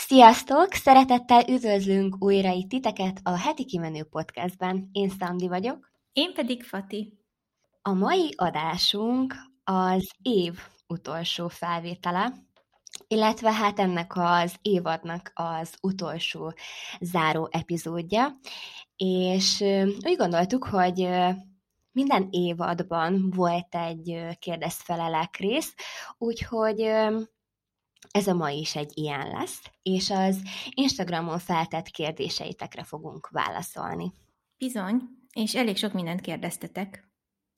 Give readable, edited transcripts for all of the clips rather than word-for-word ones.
Sziasztok! Szeretettel üdvözlünk újra itt titeket a Heti Kimenő Podcastben. Én Szandi vagyok. Én pedig Fati. A mai adásunk az év utolsó felvétele, illetve hát ennek az évadnak az utolsó záró epizódja, és úgy gondoltuk, hogy minden évadban volt egy kérdezz-felelek rész, úgyhogy ez a mai is egy ilyen lesz, és az Instagramon feltett kérdéseitekre fogunk válaszolni. Bizony, és elég sok mindent kérdeztetek.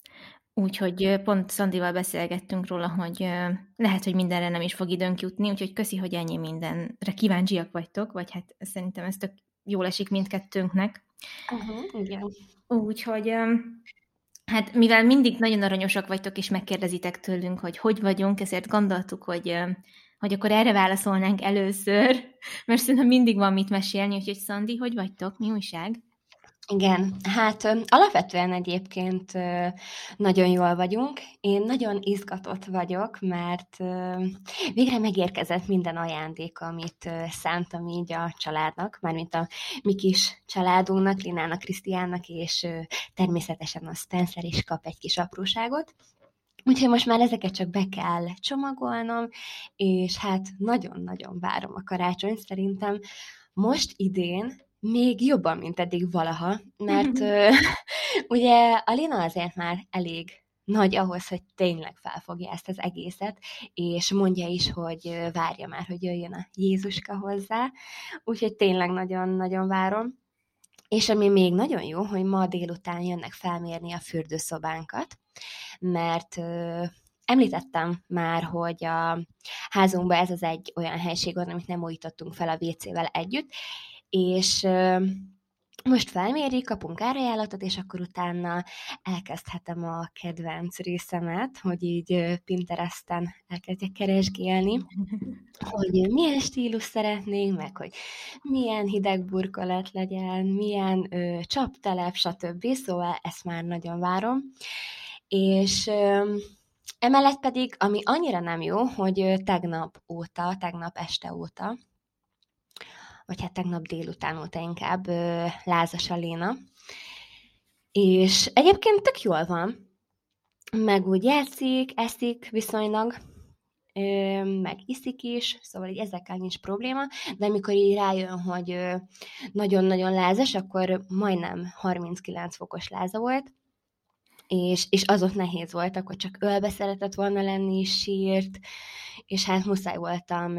Úgyhogy pont Szandival beszélgettünk róla, hogy lehet, hogy mindenre nem is fog időnk jutni, úgyhogy köszi, hogy ennyi mindenre kíváncsiak vagytok, vagy hát szerintem ez tök jól esik mindkettőnknek. Igen. Úgyhogy hát mivel mindig nagyon aranyosak vagytok, és megkérdezitek tőlünk, hogy vagyunk, ezért gondoltuk, hogy akkor erre válaszolnánk először, mert szerintem mindig van mit mesélni, úgyhogy Szandi, hogy vagytok? Mi újság? Igen, hát alapvetően egyébként nagyon jól vagyunk. Én nagyon izgatott vagyok, mert végre megérkezett minden ajándék, amit szántam így a családnak, mármint a mi kis családunknak, Linának, Krisztiánnak, és természetesen a Spencer is kap egy kis apróságot. Úgyhogy most már ezeket csak be kell csomagolnom, és hát nagyon-nagyon várom a karácsonyt. Szerintem most idén még jobban, mint eddig valaha, mert ugye a Lina azért már elég nagy ahhoz, hogy tényleg felfogja ezt az egészet, és mondja is, hogy várja már, hogy jöjjön a Jézuska hozzá, úgyhogy tényleg nagyon-nagyon várom. És ami még nagyon jó, hogy ma délután jönnek felmérni a fürdőszobánkat, mert említettem már, hogy a házunkban ez az egy olyan helység van, amit nem újítottunk fel a WC-vel együtt, és most felmérik, kapunk árajánlatot, és akkor utána elkezdhetem a kedvenc részemet, hogy így Pinteresten elkezdjek keresgélni, hogy milyen stílus szeretnénk, meg hogy milyen hideg burkolat legyen, milyen csaptelep, stb. Szóval ezt már nagyon várom. És emellett pedig, ami annyira nem jó, hogy tegnap este óta, vagy hát tegnap délután óta inkább lázas a Léna. És egyébként tök jól van, meg úgy játszik, eszik viszonylag, meg iszik is, szóval így ezekkel nincs probléma, de amikor így rájön, hogy nagyon-nagyon lázas, akkor majdnem 39 fokos láza volt, és azok nehéz volt, akkor csak ölbe szeretett volna lenni, sírt, és hát muszáj voltam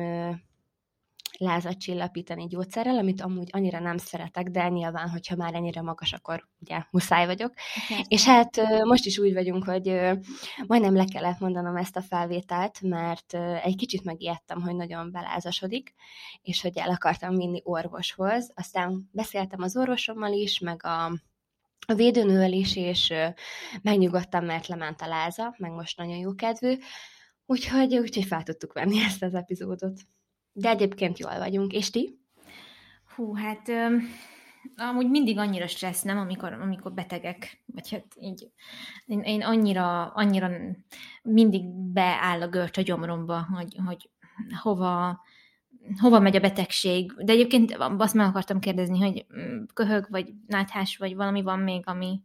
lázat csillapítani gyógyszerrel, amit amúgy annyira nem szeretek, de nyilván, hogyha már ennyire magas, akkor ugye muszáj vagyok. Okay. És hát most is úgy vagyunk, hogy majdnem le kellett mondanom ezt a felvételt, mert egy kicsit megijedtem, hogy nagyon belázasodik, és hogy el akartam vinni orvoshoz. Aztán beszéltem az orvosommal is, meg a védőnővel is, és megnyugodtam, mert lement a láza, meg most nagyon jó kedvű, úgyhogy fel tudtuk venni ezt az epizódot. De egyébként jól vagyunk. És ti? Hú, hát amúgy mindig annyira stressz, nem? Amikor betegek. Vagy hát így én annyira mindig beáll a görcs a gyomromba, hogy hova megy a betegség. De egyébként azt meg akartam kérdezni, hogy köhög, vagy náthás, vagy valami van még, ami...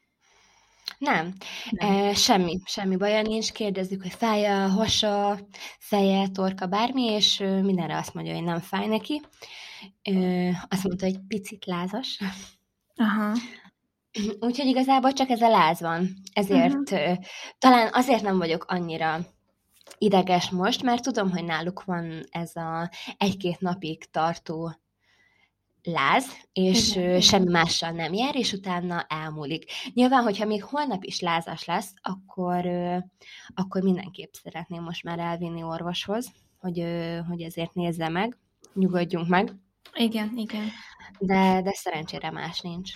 Nem. Semmi baja nincs, kérdezzük, hogy fáj a hasa, feje, torka, bármi, és mindenre azt mondja, hogy nem fáj neki. Azt mondta, hogy picit lázas. Aha. Úgyhogy igazából csak ez a láz van. Ezért talán azért nem vagyok annyira ideges most, mert tudom, hogy náluk van ez a 1-2 napig tartó láz, és semmi mással nem jár, és utána elmúlik. Nyilván, hogyha még holnap is lázas lesz, akkor mindenképp szeretném most már elvinni orvoshoz, hogy ezért nézze meg, nyugodjunk meg. Igen. De szerencsére más nincs.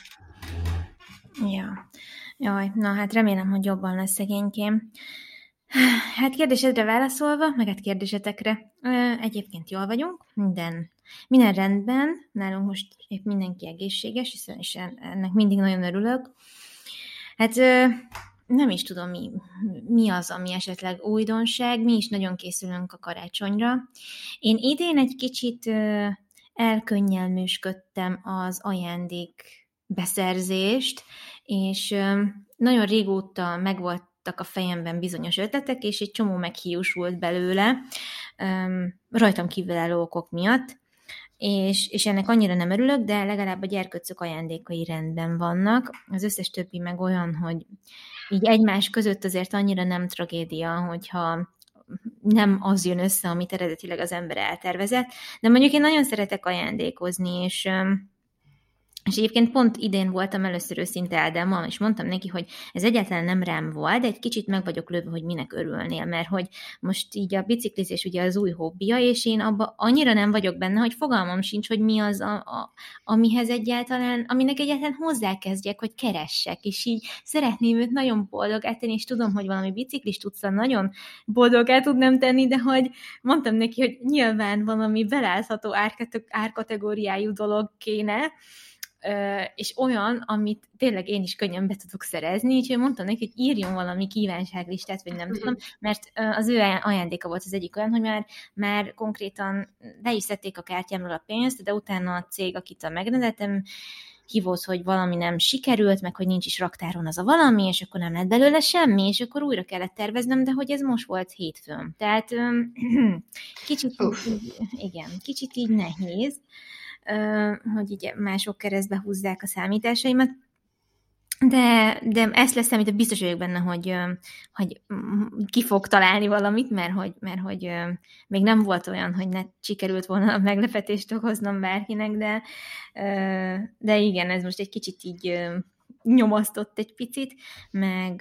Ja. Jaj, na hát remélem, hogy jobban lesz szegénykém. Hát kérdésedre válaszolva, meg hát kérdésetekre, egyébként jól vagyunk, minden rendben, nálunk most épp mindenki egészséges, hiszen ennek mindig nagyon örülök. Hát nem is tudom, mi az, ami esetleg újdonság. Mi is nagyon készülünk a karácsonyra. Én idén egy kicsit elkönnyelműsködtem az ajándék beszerzést, és nagyon régóta megvoltak a fejemben bizonyos ötletek, és egy csomó meghiúsult belőle, rajtam kívülálló okok miatt, és ennek annyira nem örülök, de legalább a gyerkőcök ajándékai rendben vannak. Az összes többi meg olyan, hogy így egymás között azért annyira nem tragédia, hogyha nem az jön össze, amit eredetileg az ember eltervezett. De mondjuk én nagyon szeretek ajándékozni, és egyébként pont idén voltam először őszinte Ádámmal, és mondtam neki, hogy ez egyáltalán nem rám volt, de egy kicsit meg vagyok lőve, hogy minek örülnél, mert hogy most így a biciklizés ugye az új hobbija, és én abban annyira nem vagyok benne, hogy fogalmam sincs, hogy mi az, amihez egyáltalán, aminek egyáltalán hozzákezdjek, hogy keressek, és így szeretném őt nagyon boldogát tenni, és tudom, hogy valami biciklist utcán nagyon boldogát tudnám tenni, de hogy mondtam neki, hogy nyilván valami belátható árkategóriájú dolog kéne, és olyan, amit tényleg én is könnyen be tudok szerezni, úgyhogy mondtam neki, hogy írjon valami kívánságlistát, vagy nem tudom, mert az ő ajándéka volt az egyik olyan, hogy már konkrétan le is szedték a kártyámról a pénzt, de utána a cég, akit a megrendeltem, hívott, hogy valami nem sikerült, meg hogy nincs is raktáron az a valami, és akkor nem lett belőle semmi, és akkor újra kellett terveznem, de hogy ez most volt hétfőn. Tehát kicsit így nehéz, hogy így mások keresztbe húzzák a számításaimat, de ezt lesz, amit biztos vagyok benne, hogy ki fog találni valamit, mert hogy még nem volt olyan, hogy ne sikerült volna meglepetést okoznom bárkinek, de igen, ez most egy kicsit így nyomasztott egy picit, meg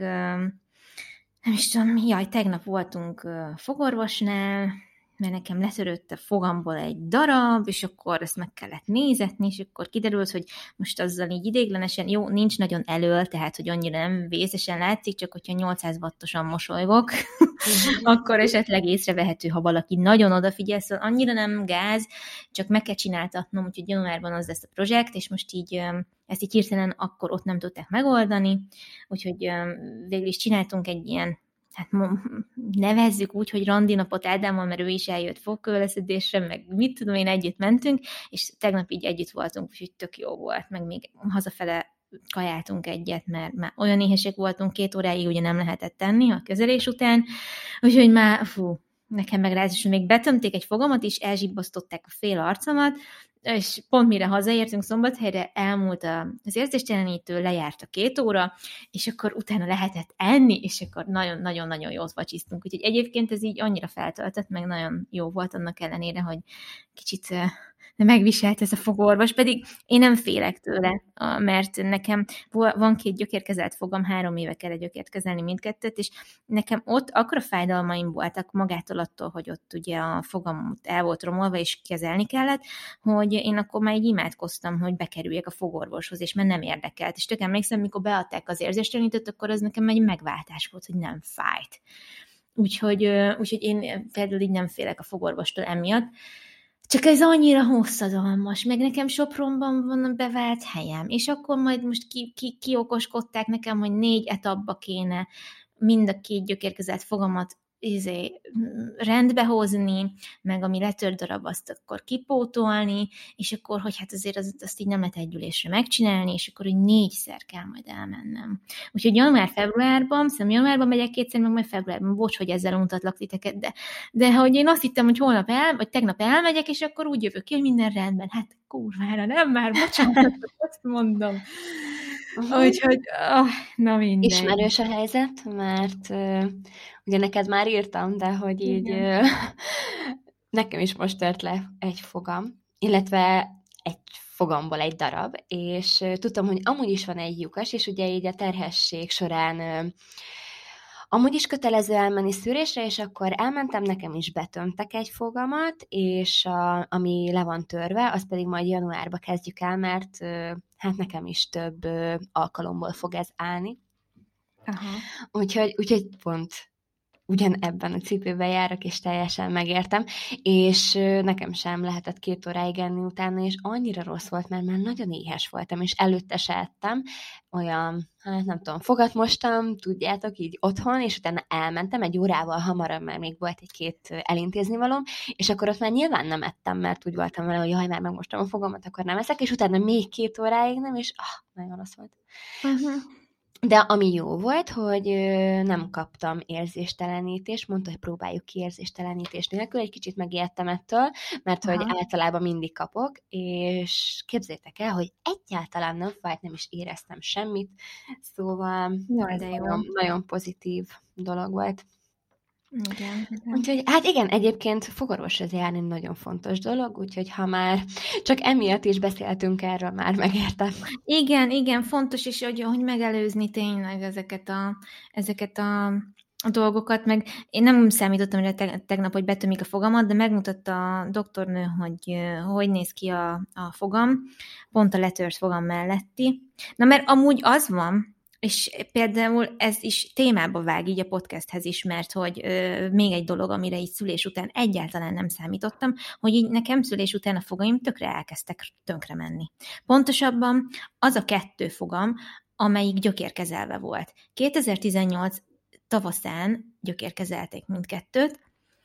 nem is tudom, tegnap voltunk fogorvosnál, mert nekem letörött a fogamból egy darab, és akkor ezt meg kellett nézetni, és akkor kiderült, hogy most azzal így ideiglenesen, jó, nincs nagyon elől, tehát, hogy annyira nem vészesen látszik, csak hogyha 800 wattosan mosolygok, akkor esetleg észrevehető, ha valaki nagyon odafigyel, szóval annyira nem gáz, csak meg kell csináltatnom, úgyhogy januárban az lesz a projekt, és most így ezt így hirtelen akkor ott nem tudták megoldani, úgyhogy végül is csináltunk egy ilyen, hát nevezzük úgy, hogy randinapot Ádámmal, mert ő is eljött fogköveszedésre, meg mit tudom én, együtt mentünk, és tegnap így együtt voltunk, úgyhogy tök jó volt, meg még hazafele kajáltunk egyet, mert már olyan éhesek voltunk, 2 óráig ugye nem lehetett tenni a kezelés után, úgyhogy már, nekem meg ráadásul még betömték egy fogamat, és elzsibbasztották a fél arcomat, és pont mire hazaértünk Szombathelyre, elmúlt az érzéstelenítő, lejárt a 2 óra, és akkor utána lehetett enni, és akkor nagyon-nagyon-nagyon jót vacsisztunk. Úgyhogy egyébként ez így annyira feltöltött, meg nagyon jó volt annak ellenére, hogy kicsit megviselt ez a fogorvos, pedig én nem félek tőle, mert nekem van 2 gyökérkezelt fogam, 3 éve kell gyökért kezelni mindkettőt, és nekem ott akkora fájdalmaim voltak magától attól, hogy ott ugye a fogam el volt romolva, és kezelni kellett, hogy én akkor már így imádkoztam, hogy bekerüljek a fogorvoshoz, és mert nem érdekelt. És tök emlékszem, mikor beadták az érzéstelenítőt, akkor az nekem egy megváltás volt, hogy nem fájt. Úgyhogy én például így nem félek a fogorvostól emiatt. Csak ez annyira hosszadalmas, meg nekem Sopronban van a bevált helyem, és akkor majd most kiokoskodták nekem, hogy 4 etapba kéne mind a 2 gyökérkezelt fogamat rendbe hozni, meg ami letört darab, azt akkor kipótolni, és akkor, hogy hát azért azt így nem lehet egy ülésre megcsinálni, és akkor, hogy 4-szer kell majd elmennem. Úgyhogy januárban megyek 2-szer, meg majd februárban, bocs, hogy ezzel untatlak titeket, de hogy én azt hittem, hogy vagy tegnap elmegyek, és akkor úgy jövök ki, hogy minden rendben. Hát kurvára, nem már, bocsánat, azt mondom. Úgyhogy, na mindegy. Ismerős a helyzet, mert ugye neked már írtam, de hogy így nekem is most tört le egy fogam, illetve egy fogamból egy darab, és tudtam, hogy amúgy is van egy lyukas, és ugye így a terhesség során amúgy is kötelező elmenni szűrésre, és akkor elmentem, nekem is betömtek egy fogamat, és ami le van törve, az pedig majd januárba kezdjük el, mert hát nekem is több alkalomból fog ez állni. Aha. Úgyhogy pont ugyanebben a cipőben járok, és teljesen megértem, és nekem sem lehetett 2 óráig enni utána, és annyira rossz volt, mert már nagyon éhes voltam, és előtte se ettem, olyan, hát nem tudom, fogat mostam, tudjátok, így otthon, és utána elmentem, 1 órával hamarabb, mert még volt 1-2 elintézni valóm, és akkor ott már nyilván nem ettem, mert úgy voltam vele, hogy jaj, már megmostam a fogamat, akkor nem eszek, és utána még 2 óráig nem, és nagyon rossz volt. Uh-huh. De ami jó volt, hogy nem kaptam érzéstelenítést, mondta, hogy próbáljuk ki érzéstelenítés nélkül, egy kicsit megijedtem ettől, mert hogy általában mindig kapok, és képzeljétek el, hogy egyáltalán nem fájt, nem is éreztem semmit, szóval Jaj, ez de jó. nagyon, nagyon pozitív dolog volt. Igen. Úgyhogy, hát igen, egyébként fogorvoshoz járni nagyon fontos dolog, úgyhogy ha már csak emiatt is beszéltünk erről, már megértem. Igen, fontos is, hogy megelőzni tényleg ezeket a dolgokat, meg én nem számítottam, hogy tegnap, hogy betömik a fogamat, de megmutatta a doktornő, hogy néz ki a fogam, pont a letört fogam melletti. Na, mert amúgy az van, és például ez is témába vág így a podcasthez is, mert hogy még egy dolog, amire így szülés után egyáltalán nem számítottam, hogy így nekem szülés után a fogaim tökre elkezdtek tönkre menni. Pontosabban az a 2 fogam, amelyik gyökérkezelve volt. 2018 tavaszán gyökérkezelték mindkettőt,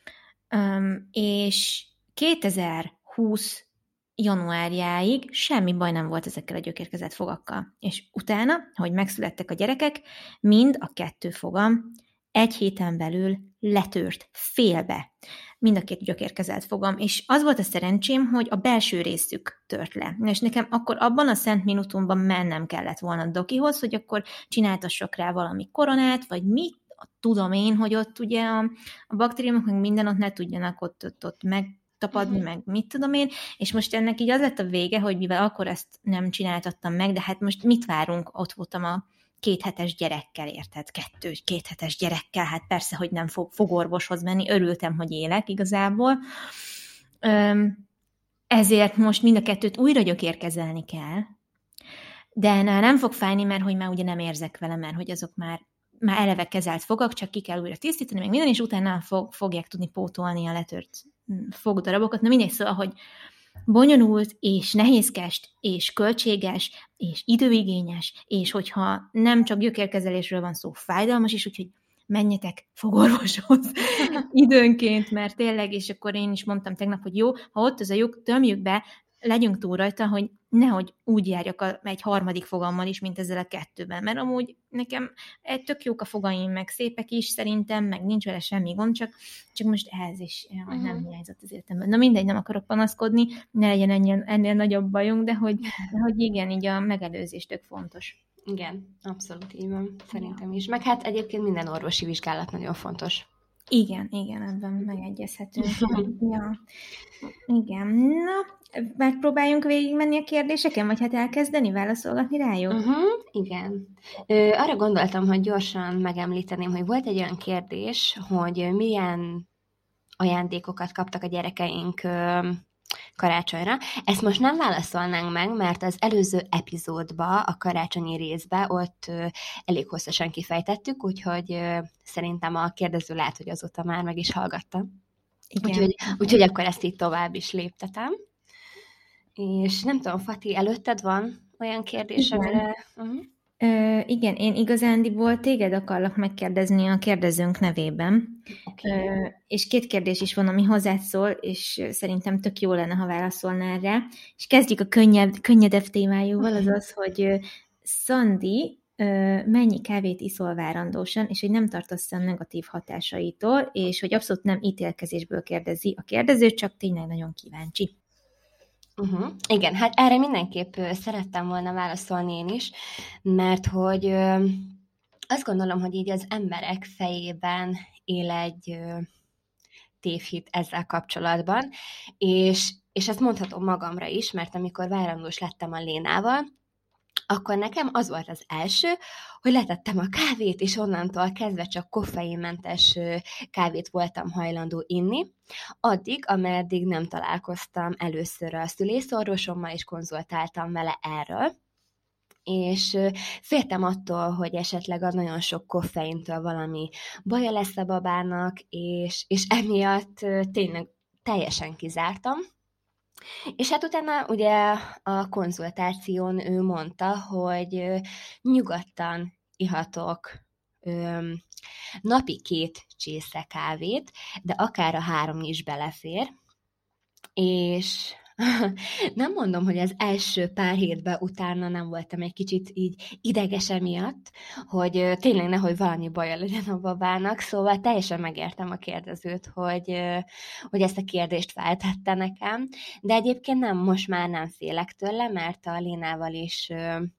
és 2020 januárjáig semmi baj nem volt ezekkel a gyökérkezett fogakkal. És utána, hogy megszülettek a gyerekek, mind a 2 fogam 1 héten belül letört félbe. Mind a 2 gyökérkezelt fogam. És az volt a szerencsém, hogy a belső részük tört le. És nekem akkor abban a szent minutumban mennem kellett volna a dokihoz, hogy akkor csináltassak rá valami koronát, vagy mit, tudom én, hogy ott ugye a baktériumok, meg minden ott ne tudjanak ott megtapadni, meg mit tudom én, és most ennek így az lett a vége, hogy mivel akkor ezt nem csináltattam meg, de hát most mit várunk, ott voltam a 2 hetes gyerekkel, érted? 2 hetes gyerekkel, hát persze, hogy nem fog orvoshoz menni, örültem, hogy élek igazából. Ezért most mind a 2-t újra gyökérkezelni kell, de nem fog fájni, mert hogy már ugye nem érzek vele, mert hogy azok már eleve kezelt fogak, csak ki kell újra tisztítani, meg minden, és utána fogják tudni pótolni a letört fogdarabokat. Na mindegy, szóval, hogy bonyolult, és nehézkes, és költséges, és időigényes, és hogyha nem csak gyökérkezelésről van szó, fájdalmas is, úgyhogy menjetek fogorvoshoz időnként, mert tényleg, és akkor én is mondtam tegnap, hogy jó, ha ott az a lyuk, tömjük be, legyünk túl rajta, hogy nehogy úgy járjak egy 3. fogammal is, mint ezzel a 2-ben, mert amúgy nekem tök jók a fogaim, meg szépek is szerintem, meg nincs vele semmi gond, csak most ehhez is nem hiányzott az életemben. Na mindegy, nem akarok panaszkodni, ne legyen ennél nagyobb bajunk, de hogy igen, így a megelőzés tök fontos. Igen, abszolút így van, szerintem is. Meg hát egyébként minden orvosi vizsgálat nagyon fontos. Igen, ebben megegyezhetünk. Ja. Igen, na, megpróbáljunk végigmenni a kérdéseken, vagy hát elkezdeni válaszolgatni rájuk? Igen. Arra gondoltam, hogy gyorsan megemlíteném, hogy volt egy olyan kérdés, hogy milyen ajándékokat kaptak a gyerekeink karácsonyra. Ezt most nem válaszolnánk meg, mert az előző epizódban, a karácsonyi részben ott elég hosszasan kifejtettük, úgyhogy szerintem a kérdező lehet, hogy azóta már meg is hallgatta. Úgyhogy akkor ezt így tovább is léptetem. És nem tudom, Fati, előtted van olyan kérdés, amire... Igen, én igazándiból téged akarlak megkérdezni a kérdezőnk nevében. Okay. És 2 kérdés is van, ami hozzád szól, és szerintem tök jó lenne, ha válaszolnál rá. És kezdjük a könnyedebb témájúval, az, hogy Szandi mennyi kávét iszol várandósan, és hogy nem tartasz a negatív hatásaitól, és hogy abszolút nem ítélkezésből kérdezi a kérdező, csak tényleg nagyon kíváncsi. Igen, hát erre mindenképp szerettem volna válaszolni én is, mert hogy azt gondolom, hogy így az emberek fejében él egy tévhit ezzel kapcsolatban, és ezt mondhatom magamra is, mert amikor várandós lettem a Lénával, akkor nekem az volt az első, hogy letettem a kávét, és onnantól kezdve csak koffeinmentes kávét voltam hajlandó inni, addig, ameddig nem találkoztam először a szülészorvosommal, és konzultáltam vele erről. és féltem attól, hogy esetleg a nagyon sok koffeintől valami baja lesz a babának, és emiatt tényleg teljesen kizártam. És hát utána ugye a konzultáción ő mondta, hogy nyugodtan ihatok napi 2 csésze kávét, de akár a 3 is belefér, és nem mondom, hogy az első pár hétben utána nem voltam egy kicsit így ideges emiatt, hogy tényleg nehogy valami baja legyen a babának, szóval teljesen megértem a kérdezőt, hogy ezt a kérdést feltette nekem, de egyébként nem, most már nem félek tőle, mert a Lénával is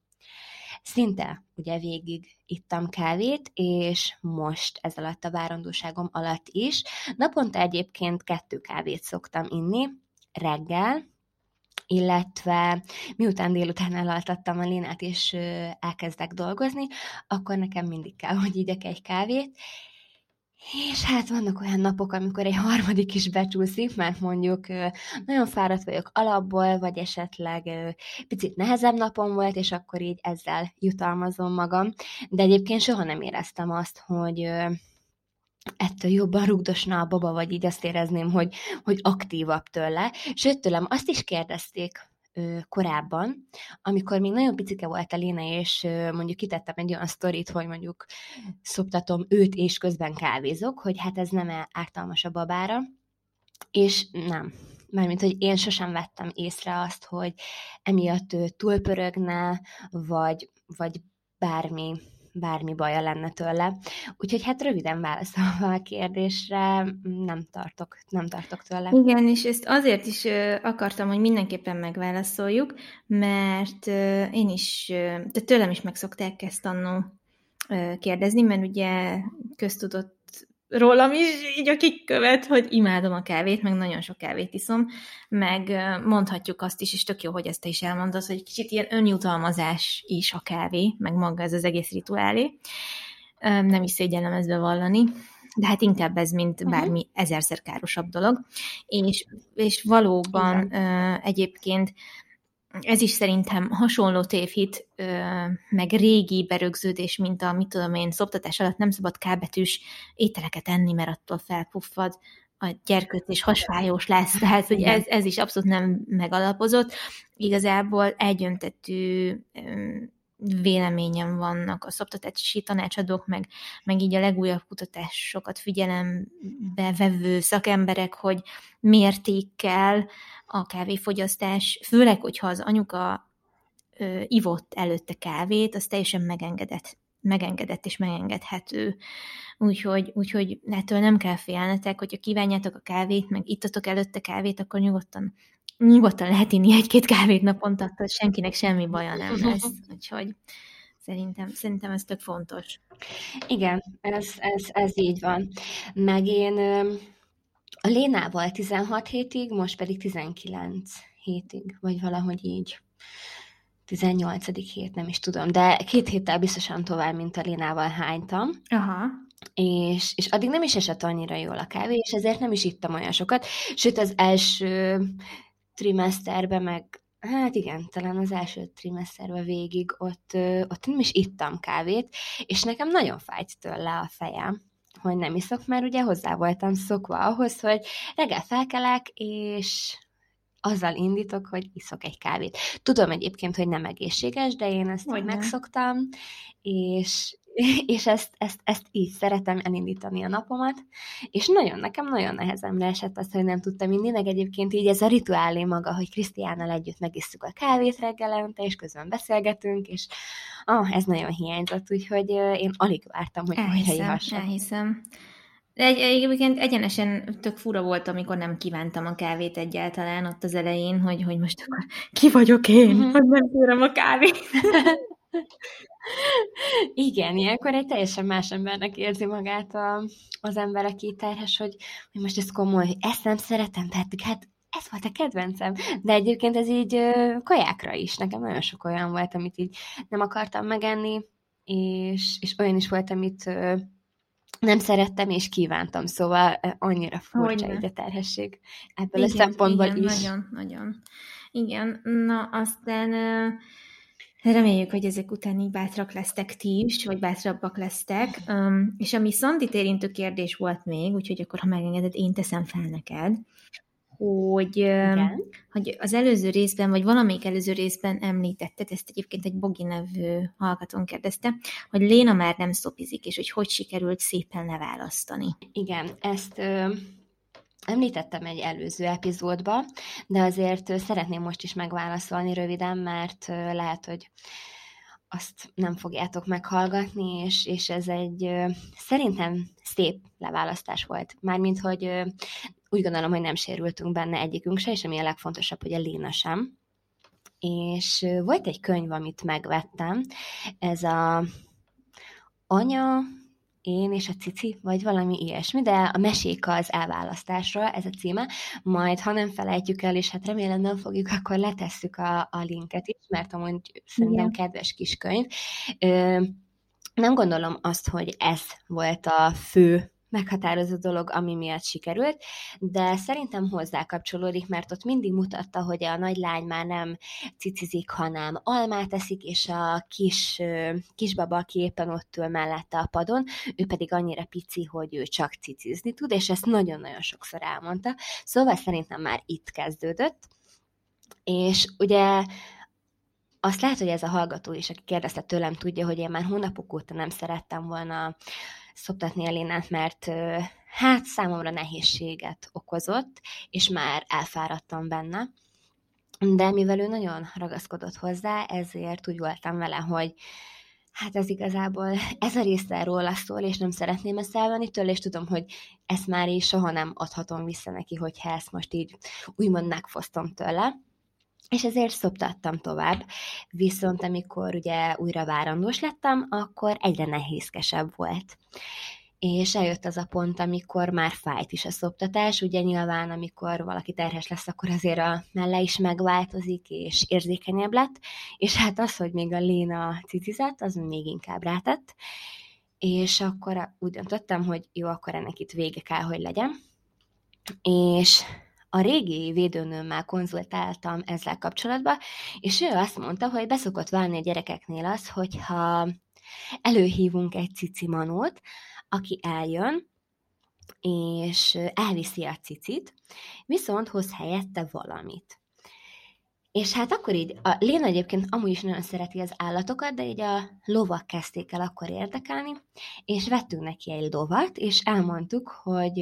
szinte ugye végig ittam kávét, és most ez alatt a várandóságom alatt is. Naponta egyébként 2 kávét szoktam inni, reggel, illetve miután délután elaltattam a Lénát, és elkezdek dolgozni, akkor nekem mindig kell, hogy igyek egy kávét, és hát vannak olyan napok, amikor egy harmadik is becsúszik, mert mondjuk nagyon fáradt vagyok alapból, vagy esetleg picit nehezebb napom volt, és akkor így ezzel jutalmazom magam. De egyébként soha nem éreztem azt, hogy ettől jobban rugdosna a baba, vagy így azt érezném, hogy aktívabb tőle. Sőt, tőlem azt is kérdezték korábban, amikor még nagyon picike volt a Léna, és mondjuk kitettem egy olyan sztorit, hogy mondjuk szoptatom őt, és közben kávézok, hogy hát ez nem ártalmas a babára, és nem. Mármint, hogy én sosem vettem észre azt, hogy emiatt ő túlpörögne, vagy bármi baja lenne tőle. Úgyhogy hát röviden válaszolva a kérdésre, nem tartok tőle. Igen, és ezt azért is akartam, hogy mindenképpen megválaszoljuk, mert én is, de tőlem is meg szokták ezt annó kérdezni, mert ugye köztudott rólam is, így akik követ, hogy imádom a kávét, meg nagyon sok kávét iszom, meg mondhatjuk azt is, és tök jó, hogy ezt te is elmondod, hogy kicsit ilyen önjutalmazás is a kávé, meg maga ez az egész rituálé. Nem is szégyellem ezt bevallani, de hát inkább ez, mint bármi ezerszer károsabb dolog. És valóban egyébként ez is szerintem hasonló tévhit, meg régi berögződés, mint a, mit tudom én, szoptatás alatt nem szabad K-betűs ételeket enni, mert attól felpuffad a gyerkőc, és hasfájós lesz, tehát hogy ez is abszolút nem megalapozott. Igazából egyöntetű véleményem vannak a szoptatási tanácsadók, meg így a legújabb kutatásokat figyelembe vevő szakemberek, hogy mértékkel a kávéfogyasztás, főleg, hogyha az anyuka ivott előtte kávét, az teljesen megengedett és megengedhető. Úgyhogy ettől nem kell félnetek, hogyha kívánjátok a kávét, meg ittatok előtte kávét, akkor nyugodtan lehet inni 1-2 kávét naponta, attól senkinek semmi baja nem lesz. Úgyhogy szerintem ez tök fontos. Igen, ez így van. Meg én a Lénával 16 hétig, most pedig 19 hétig, vagy valahogy így. 18. hét, nem is tudom, de 2 héttel biztosan tovább, mint a Lénával hánytam. Aha. És addig nem is esett annyira jól a kávé, és ezért nem is ittam olyan sokat. Sőt, az első trimeszterben meg, hát igen, talán az első trimeszterben végig ott nem is ittam kávét, és nekem nagyon fájt tőle a fejem, hogy nem iszok, mert ugye hozzá voltam szokva ahhoz, hogy reggel felkelek, és azzal indítok, hogy iszok egy kávét. Tudom egyébként, hogy nem egészséges, de én ezt megszoktam, és ezt így szeretem elindítani a napomat, és nekem nagyon nehezemre esett az, hogy nem tudtam inni, meg egyébként így ez a rituálé maga, hogy Krisztiánnal együtt megisszuk a kávét reggelente, és közben beszélgetünk, és ez nagyon hiányzott, úgyhogy én alig vártam, hogy újraihassak. Elhiszem. De egyébként egyenesen tök fura volt, amikor nem kívántam a kávét egyáltalán ott az elején, hogy most akkor ki vagyok én, hogy nem kérem a kávét. Igen, ilyenkor egy teljesen más embernek érzi magát az ember, aki terhes, hogy most ez komoly, hogy ezt nem szeretem, pedig hát ez volt a kedvencem. De egyébként ez így kajákra is. Nekem nagyon sok olyan volt, amit így nem akartam megenni, és olyan is volt, amit nem szerettem, és kívántam, szóval annyira furcsa így a terhesség ebből a szempontból is. Nagyon, nagyon. Igen, na aztán Reméljük, hogy ezek után így bátrak lesztek ti is, vagy bátrabbak lesztek. És ami Szandit érintő kérdés volt még, úgyhogy akkor, ha megengeded, én teszem fel neked, hogy az előző részben, vagy valamelyik előző részben említetted, ezt egyébként egy Bogi nevű hallgatón kérdezte, hogy Léna már nem szopizik, és hogy sikerült szépen leválasztani. Igen, ezt említettem egy előző epizódba, de azért szeretném most is megválaszolni röviden, mert lehet, hogy azt nem fogjátok meghallgatni, és ez egy szerintem szép leválasztás volt. Mármint, hogy úgy gondolom, hogy nem sérültünk benne egyikünk se, és ami a legfontosabb, hogy a Léna sem. És volt egy könyv, amit megvettem, ez a Anya, én és a cici, vagy valami ilyesmi, de a Meséka az elválasztásról, ez a címe, majd ha nem felejtjük el, és hát remélem nem fogjuk, akkor letesszük a linket is, mert amúgy szerintem kedves kis könyv. Nem gondolom azt, hogy ez volt a fő meghatározó dolog, ami miatt sikerült, de szerintem hozzá kapcsolódik, mert ott mindig mutatta, hogy a nagylány már nem cicizik, hanem almát eszik, és a kisbaba, aki éppen ott ül mellette a padon, ő pedig annyira pici, hogy ő csak cicizni tud, és ezt nagyon-nagyon sokszor elmondta. Szóval szerintem már itt kezdődött, és ugye azt lehet, hogy ez a hallgató is, aki kérdezte tőlem, tudja, hogy én már hónapok óta nem szerettem volna szoptatni a Lénát, mert hát számomra nehézséget okozott, és már elfáradtam benne. De mivel ő nagyon ragaszkodott hozzá, ezért úgy voltam vele, hogy hát ez igazából ez a része róla szól, és nem szeretném ezt elvenni tőle, és tudom, hogy ezt már így soha nem adhatom vissza neki, hogyha ezt most így úgymond megfosztom tőle. És ezért szoptattam tovább, viszont amikor ugye újra várandós lettem, akkor egyre nehézkesebb volt. És eljött az a pont, amikor már fájt is a szoptatás, ugye nyilván, amikor valaki terhes lesz, akkor azért a melle is megváltozik, és érzékenyebb lett, és hát az, hogy még a Léna cicizett, az még inkább rátett, és akkor úgy döntöttem, hogy jó, akkor ennek itt vége kell, hogy legyen. És a régi védőnőmmel konzultáltam ezzel kapcsolatban, és ő azt mondta, hogy beszokott válni a gyerekeknél az, hogyha előhívunk egy cicimanót, aki eljön, és elviszi a cicit, viszont hoz helyette valamit. És hát akkor így, a Léna egyébként amúgy is nagyon szereti az állatokat, de így a lovak kezdték el akkor érdekelni, és vettünk neki egy lovat, és elmondtuk, hogy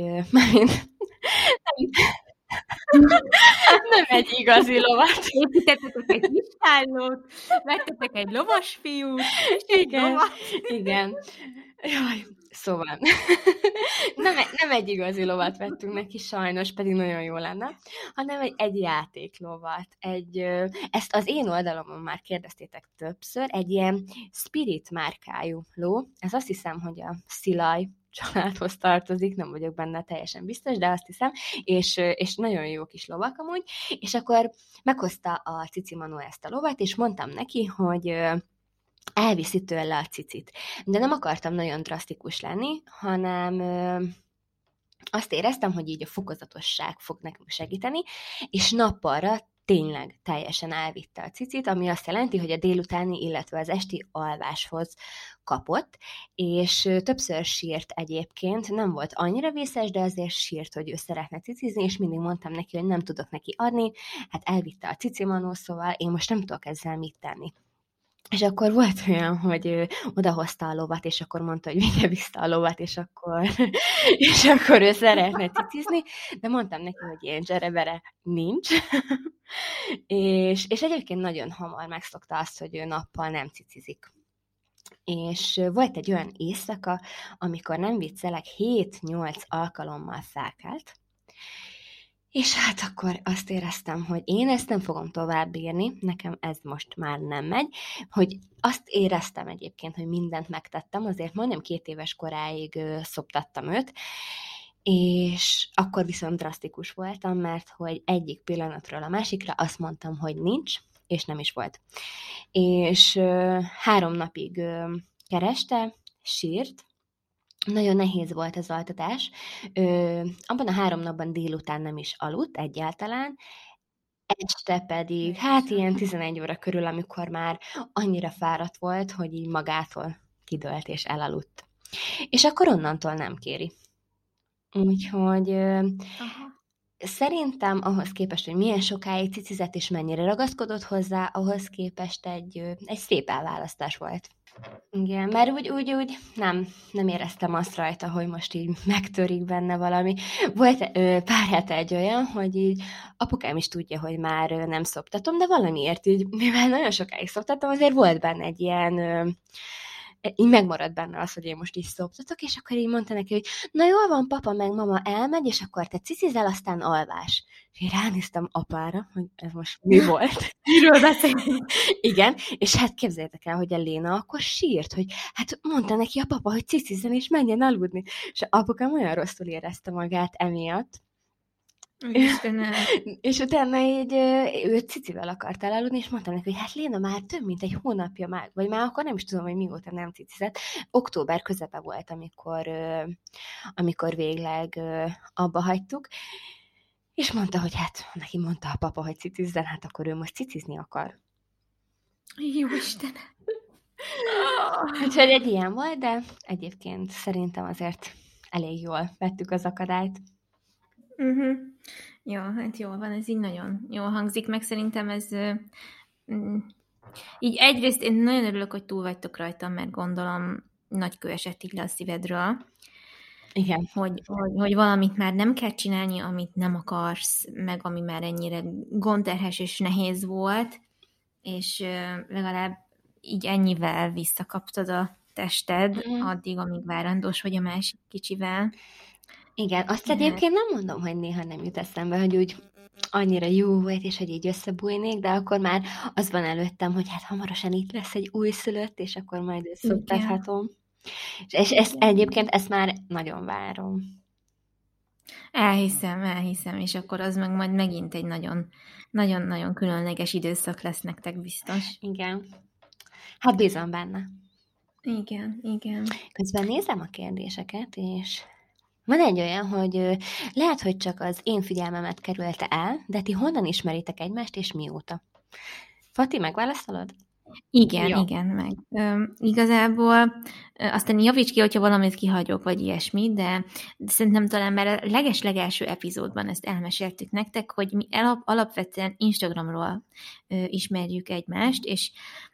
nem egy igazi lovat. Építettetek egy kistállót, vettetek egy lovas fiút, Igen. Jaj, szóval nem egy igazi lovat vettünk neki, sajnos, pedig nagyon jó lenne, hanem egy játéklovat. Ezt az én oldalomon már kérdeztétek többször, egy ilyen Spirit márkájú ló. Ez azt hiszem, hogy a Szilaj családhoz tartozik, nem vagyok benne teljesen biztos, de azt hiszem, és nagyon jó kis lovak amúgy, és akkor meghozta a cicimanó ezt a lovat, és mondtam neki, hogy elviszi tőle a cicit. De nem akartam nagyon drasztikus lenni, hanem azt éreztem, hogy így a fokozatosság fog nekünk segíteni, és nappalra tényleg teljesen elvitte a cicit, ami azt jelenti, hogy a délutáni, illetve az esti alváshoz kapott, és többször sírt egyébként, nem volt annyira vészes, de azért sírt, hogy ő szeretne cicizni, és mindig mondtam neki, hogy nem tudok neki adni, hát elvitte a cicimanó, szóval én most nem tudok ezzel mit tenni. És akkor volt olyan, hogy ő odahozta a lovat, és akkor mondta, hogy vigye vissza a lovat, és akkor ő szeretne cicizni, de mondtam neki, hogy ilyen zserebere nincs. és egyébként nagyon hamar megszokta azt, hogy ő nappal nem cicizik. És volt egy olyan éjszaka, amikor nem viccelek, 7-8 alkalommal felkelt, és hát akkor azt éreztem, hogy én ezt nem fogom tovább bírni, nekem ez most már nem megy, hogy azt éreztem egyébként, hogy mindent megtettem, azért majdnem 2 éves koráig szoptattam őt, és akkor viszont drasztikus voltam, mert hogy egyik pillanatról a másikra azt mondtam, hogy nincs, és nem is volt. És 3 napig kereste, sírt, nagyon nehéz volt az altatás. Abban a 3 napban délután nem is aludt egyáltalán, este pedig, hát ilyen 11 óra körül, amikor már annyira fáradt volt, hogy így magától kidőlt és elaludt. És akkor onnantól nem kéri. Úgyhogy Aha. szerintem ahhoz képest, hogy milyen sokáig cicizett és mennyire ragaszkodott hozzá, ahhoz képest egy szép elválasztás volt. Igen, mert úgy nem éreztem azt rajta, hogy most így megtörik benne valami. Volt pár hete egy olyan, hogy így apukám is tudja, hogy már nem szoptatom, de valamiért így, mivel nagyon sokáig szoptatom, azért volt benne egy ilyen, így megmaradt benne az, hogy én most így szoptatok, és akkor így mondta neki, hogy na jól van, papa meg mama elmegy, és akkor te cicizel, aztán alvás. És én ránéztem apára, hogy ez most mi volt. Miről beszélünk? Igen, és hát képzeljétek el, hogy a Léna akkor sírt, hogy hát mondta neki a papa, hogy cicizzen és menjen aludni. És apukám olyan rosszul érezte magát emiatt. Istenem. És utána így ő cicivel akart elaludni, és mondtam neki, hogy hát Léna már több mint egy hónapja már, vagy már akkor nem is tudom, hogy mióta nem cicizett. Október közepe volt, amikor végleg abba hagytuk, és mondta, hogy hát neki mondta a papa, hogy cicizzen, hát akkor ő most cicizni akar. Jó Istenem. Úgyhogy egy ilyen volt, de egyébként szerintem azért elég jól vettük az akadályt. Jó, hát jól van, ez így nagyon jól hangzik, meg szerintem ez így egyrészt én nagyon örülök, hogy túl vagytok rajtam, mert gondolom nagy kő esett így le a szívedről. Igen. Hogy valamit már nem kell csinálni, amit nem akarsz, meg ami már ennyire gondterhes és nehéz volt, és legalább így ennyivel visszakaptad a tested, addig, amíg várandós vagy a másik kicsivel. Igen, azt egyébként nem mondom, hogy néha nem jut eszembe, hogy úgy annyira jó volt, és hogy így összebújnék, de akkor már az van előttem, hogy hát hamarosan itt lesz egy újszülött, és akkor majd összoktathatom. És egyébként ezt már nagyon várom. Elhiszem, és akkor az meg majd megint egy nagyon-nagyon különleges időszak lesz nektek biztos. Igen. Hát bízom benne. Igen. Közben nézem a kérdéseket, és van egy olyan, hogy lehet, hogy csak az én figyelmemet kerülte el, de ti honnan ismeritek egymást, és mióta? Fati, megválaszolod? Igen, meg. Igazából aztán javíts ki, hogyha valamit kihagyok, vagy ilyesmi, de szerintem talán már a leges-legelső epizódban ezt elmeséltük nektek, hogy mi alapvetően Instagramról ismerjük egymást, és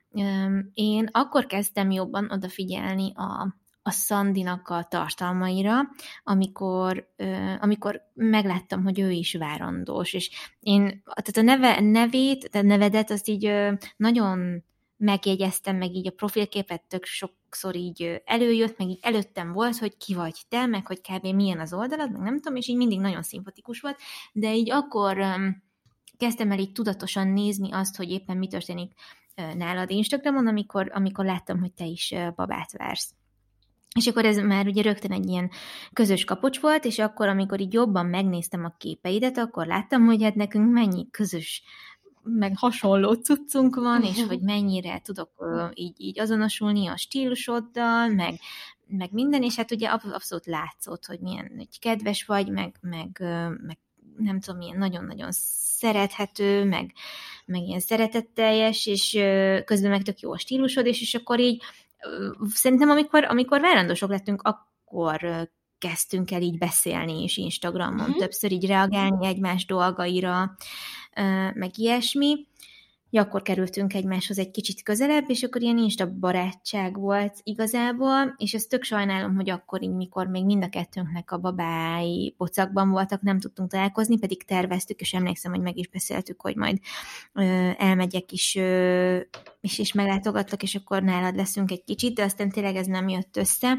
én akkor kezdtem jobban odafigyelni a Szandinak a tartalmaira, amikor megláttam, hogy ő is várandós, és én tehát a nevedet azt így nagyon megjegyeztem, meg így a profilképet tök sokszor így előjött, meg így előttem volt, hogy ki vagy te, meg hogy kb. Milyen az oldalad, meg nem tudom, és így mindig nagyon szimpatikus volt, de így akkor kezdtem el így tudatosan nézni azt, hogy éppen mi történik nálad Instagramon, amikor láttam, hogy te is babát vársz. És akkor ez már ugye rögtön egy ilyen közös kapocs volt, és akkor, amikor így jobban megnéztem a képeidet, akkor láttam, hogy hát nekünk mennyi közös, meg hasonló cuccunk van, és hogy mennyire tudok így azonosulni a stílusoddal, meg minden, és hát ugye abszolút látszott, hogy milyen hogy kedves vagy, meg nem tudom, milyen nagyon-nagyon szerethető, meg ilyen szeretetteljes, és közben meg tök jó a stílusod, és akkor így szerintem, amikor várandósok lettünk, akkor kezdtünk el így beszélni is Instagramon, többször így reagálni egymás dolgaira, meg ilyesmi. Ja, akkor kerültünk egymáshoz egy kicsit közelebb, és akkor ilyen Insta barátság volt igazából, és ezt tök sajnálom, hogy akkor, mikor még mind a kettőnknek a babái pocakban voltak, nem tudtunk találkozni, pedig terveztük, és emlékszem, hogy meg is beszéltük, hogy majd elmegyek is, és meglátogattak, és akkor nálad leszünk egy kicsit, de aztán tényleg ez nem jött össze.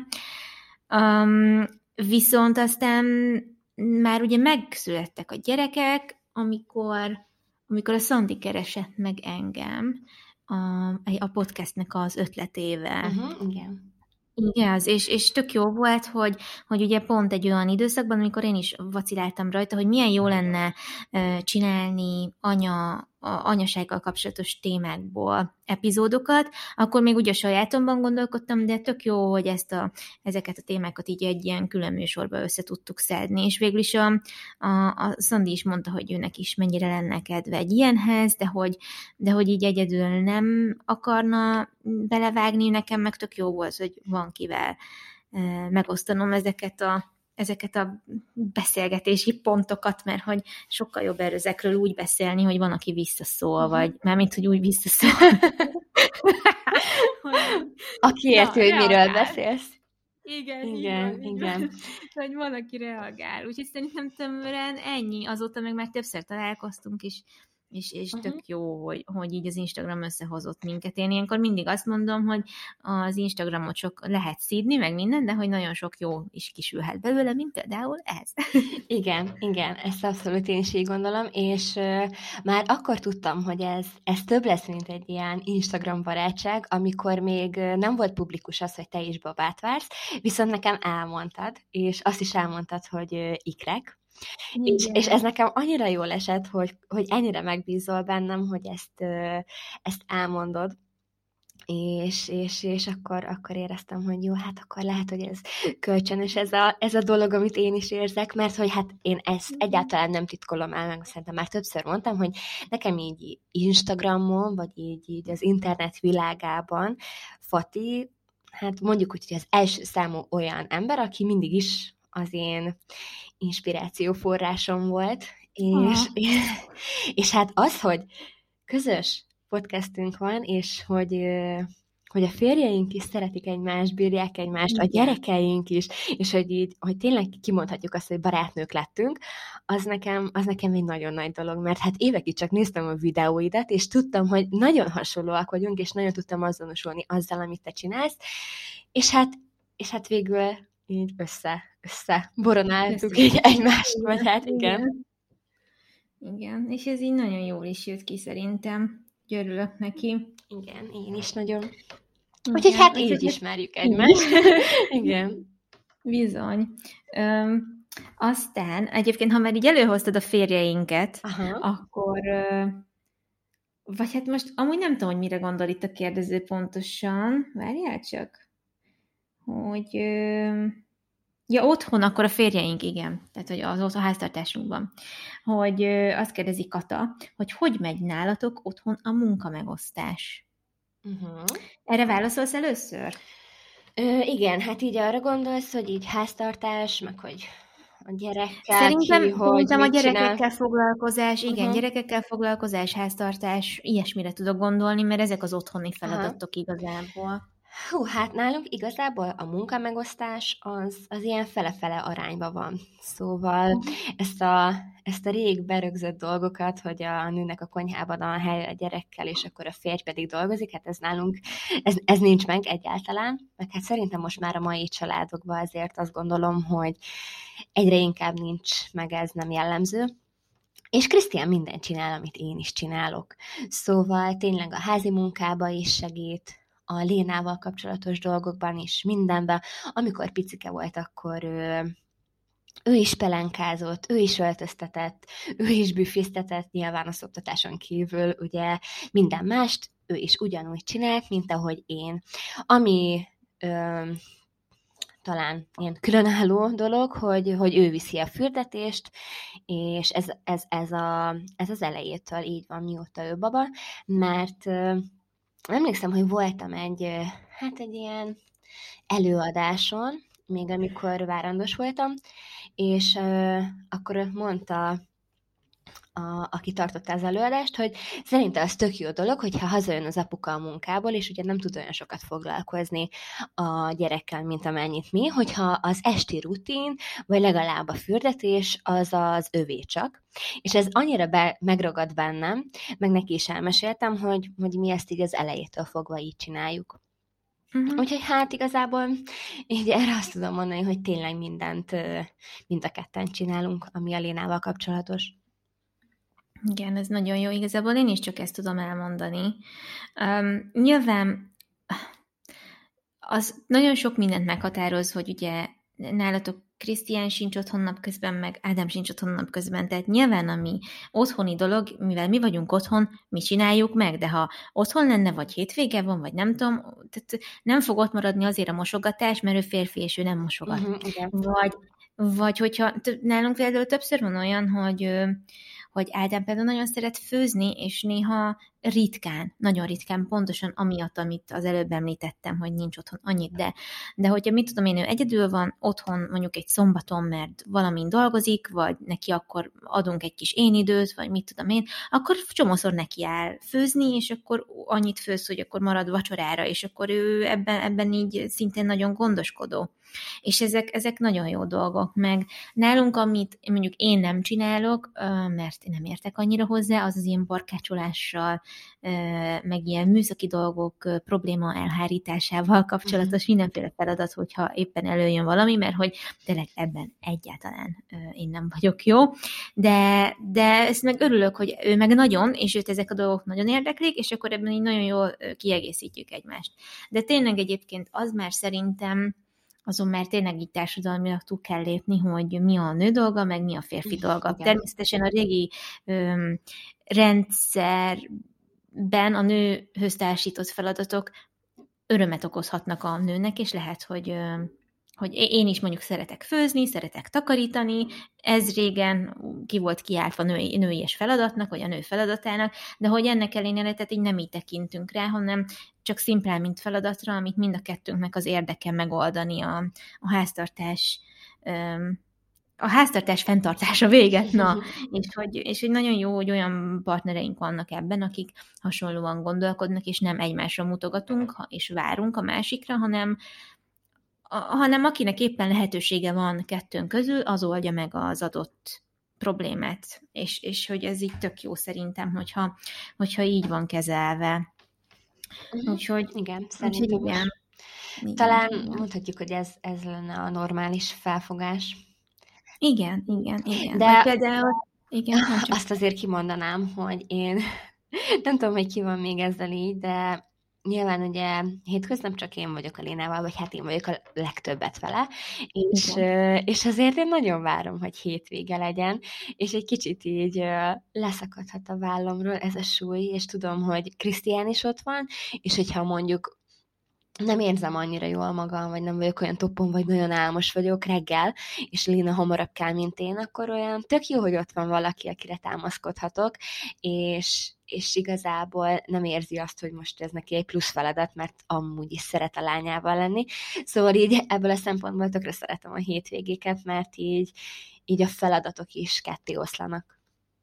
Viszont aztán már ugye megszülettek a gyerekek, amikor a Szandi keresett meg engem a podcastnek az ötletével. Igen. Igen, és tök jó volt, hogy ugye pont egy olyan időszakban, amikor én is vaciláltam rajta, hogy milyen jó lenne csinálni anyasággal kapcsolatos témákból epizódokat, akkor még úgy a sajátomban gondolkodtam, de tök jó, hogy ezeket a témákat így egy ilyen külön műsorba össze tudtuk szedni, és végül is a Szandi is mondta, hogy őnek is mennyire lenne kedve egy ilyenhez, de hogy így egyedül nem akarna belevágni, nekem meg tök jó volt, hogy van kivel megosztanom ezeket a beszélgetési pontokat, mert hogy sokkal jobb erről ezekről úgy beszélni, hogy van, aki visszaszól, vagy mármint, hogy úgy visszaszól. Aki érti, hogy miről beszélsz. Igen. Hogy van, aki reagál. Úgyhogy szerintem tömören ennyi. Azóta meg már többször találkoztunk, és tök jó, hogy így az Instagram összehozott minket. Én ilyenkor mindig azt mondom, hogy az Instagramot sok lehet szídni, meg minden, de hogy nagyon sok jó is kisülhet belőle, mint például ez. Igen, ezt abszolút én is így gondolom, és már akkor tudtam, hogy ez több lesz, mint egy ilyen Instagram barátság, amikor még nem volt publikus az, hogy te is babát vársz, viszont nekem elmondtad, és azt is elmondtad, hogy ikrek, és ez nekem annyira jól esett, hogy ennyire megbízol bennem, hogy ezt elmondod, és akkor éreztem, hogy jó, hát akkor lehet, hogy ez kölcsönös ez a dolog, amit én is érzek, mert hogy hát én ezt egyáltalán nem titkolom el, meg szerintem már többször mondtam, hogy nekem így Instagramon, vagy így az internet világában Fati, hát mondjuk úgy, hogy az első számú olyan ember, aki mindig is az én inspirációforrásom volt, és hát az, hogy közös podcastünk van, és hogy a férjeink is szeretik egymást, bírják egymást, a gyerekeink is, és hogy tényleg kimondhatjuk azt, hogy barátnők lettünk, az nekem egy nagyon nagy dolog, mert hát évekig csak néztem a videóidat, és tudtam, hogy nagyon hasonlóak vagyunk, és nagyon tudtam azonosulni azzal, amit te csinálsz, és hát végül így összeboronáltuk így egymást, vagy hát igen. Igen, és ez így nagyon jól is jött ki szerintem. Örülök neki. Igen, én is nagyon. Úgyhogy hát így ismerjük egymást. Igen. Bizony. Aztán egyébként, ha már így előhoztad a férjeinket, akkor vagy hát most amúgy nem tudom, hogy mire gondol itt a kérdező pontosan. Várjál csak. Hogy ja, otthon akkor a férjeink, igen. Tehát, hogy az a háztartásunkban. Hogy azt kérdezi Kata, hogy megy nálatok otthon a munkamegosztás. Erre válaszolsz először? Igen, hát így arra gondolsz, hogy így háztartás, meg hogy a gyerekkel Szerintem a gyerekekkel foglalkozás, igen, gyerekekkel foglalkozás, háztartás, ilyesmire tudok gondolni, mert ezek az otthoni feladatok igazából. Hát nálunk igazából a munkamegosztás az ilyen fele-fele arányban van. Szóval ezt a rég berögzött dolgokat, hogy a nőnek a konyhában a hely a gyerekkel, és akkor a férj pedig dolgozik, hát ez nálunk, ez nincs meg egyáltalán. Meg hát szerintem most már a mai családokban azért azt gondolom, hogy egyre inkább nincs meg, ez nem jellemző. És Krisztián mindent csinál, amit én is csinálok. Szóval tényleg a házi munkába is segít, a Lénával kapcsolatos dolgokban is, mindenben. Amikor picike volt, akkor ő is pelenkázott, ő is öltöztetett, ő is büféztetett, nyilván a szoptatáson kívül ugye minden mást ő is ugyanúgy csinált, mint ahogy én. Ami talán ilyen különálló dolog, hogy ő viszi a fürdetést, és ez az elejétől így van, mióta ő baba, mert emlékszem, hogy voltam egy ilyen előadáson, még amikor várandós voltam, és akkor mondta, aki tartotta az előadást, hogy szerinte az tök jó dolog, hogyha hazajön az apuka a munkából, és ugye nem tud olyan sokat foglalkozni a gyerekkel, mint amennyit mi, hogyha az esti rutin, vagy legalább a fürdetés, az az övé csak. És ez annyira megragad bennem, meg neki is elmeséltem, hogy mi ezt így az elejétől fogva így csináljuk. Úgyhogy hát igazából így erre azt tudom mondani, hogy tényleg mindent mind a ketten csinálunk, ami a Lénával kapcsolatos. Igen, ez nagyon jó. Igazából én is csak ezt tudom elmondani. Nyilván az nagyon sok mindent meghatároz, hogy ugye nálatok Krisztián sincs otthon napközben, meg Ádám sincs otthon napközben, tehát nyilván ami otthoni dolog, mivel mi vagyunk otthon, mi csináljuk meg, de ha otthon lenne, vagy hétvége van, vagy nem tudom, tehát nem fog ott maradni azért a mosogatás, mert ő férfi, és ő nem mosogat. Igen. Vagy hogyha nálunk például többször van olyan, hogy Ádám például nagyon szeret főzni, és néha ritkán, nagyon ritkán, pontosan amiatt, amit az előbb említettem, hogy nincs otthon annyit, de hogyha mit tudom én, ő egyedül van otthon mondjuk egy szombaton, mert valamin dolgozik, vagy neki akkor adunk egy kis én időt, vagy mit tudom én, akkor csomószor neki áll főzni, és akkor annyit főz, hogy akkor marad vacsorára, és akkor ő ebben így szintén nagyon gondoskodó. És ezek nagyon jó dolgok, meg nálunk, amit mondjuk én nem csinálok, mert én nem értek annyira hozzá, az ilyen barkácsolással, meg ilyen műszaki dolgok probléma elhárításával kapcsolatos mindenféle feladat, hogyha éppen előjön valami, mert hogy tényleg ebben egyáltalán én nem vagyok jó, de ezt meg örülök, hogy ő meg nagyon, és őt ezek a dolgok nagyon érdeklik, és akkor ebben így nagyon jól kiegészítjük egymást. De tényleg egyébként az már szerintem azon már tényleg így társadalmilag túl kell lépni, hogy mi a nő dolga, meg mi a férfi dolga. Igen. Természetesen a régi rendszerben a nőhöz társított feladatok örömet okozhatnak a nőnek, és lehet, hogy én is mondjuk szeretek főzni, szeretek takarítani, ez régen ki volt kiáltva nőies feladatnak, vagy a nő feladatának, de hogy ennek ellenére, tehát így nem így tekintünk rá, hanem csak szimplán, mint feladatra, amit mind a kettőnknek az érdeke megoldani a háztartás fenntartása véget, és hogy nagyon jó, hogy olyan partnereink vannak ebben, akik hasonlóan gondolkodnak, és nem egymásra mutogatunk, és várunk a másikra, hanem akinek éppen lehetősége van kettőnk közül, az oldja meg az adott problémát. És hogy ez így tök jó szerintem, hogyha így van kezelve. Úgyhogy igen, szerintem igen. Talán mondhatjuk, hogy ez lenne a normális felfogás. Igen. De például igen, azt azért kimondanám, hogy én nem tudom, hogy ki van még ezzel így, de nyilván ugye hétköznap csak én vagyok a Lénával, vagy hát én vagyok a legtöbbet vele, és azért én nagyon várom, hogy hétvége legyen, és egy kicsit így leszakadhat a vállamról ez a súly, és tudom, hogy Krisztián is ott van, és hogyha mondjuk nem érzem annyira jól magam, vagy nem vagyok olyan toppon, vagy nagyon álmos vagyok reggel, és Léna hamarabb kell, mint én, akkor olyan tök jó, hogy ott van valaki, akire támaszkodhatok, és igazából nem érzi azt, hogy most ez neki egy plusz feladat, mert amúgy is szeret a lányával lenni. Szóval így ebből a szempontból tökre szeretem a hétvégéket, mert így a feladatok is ketté oszlanak.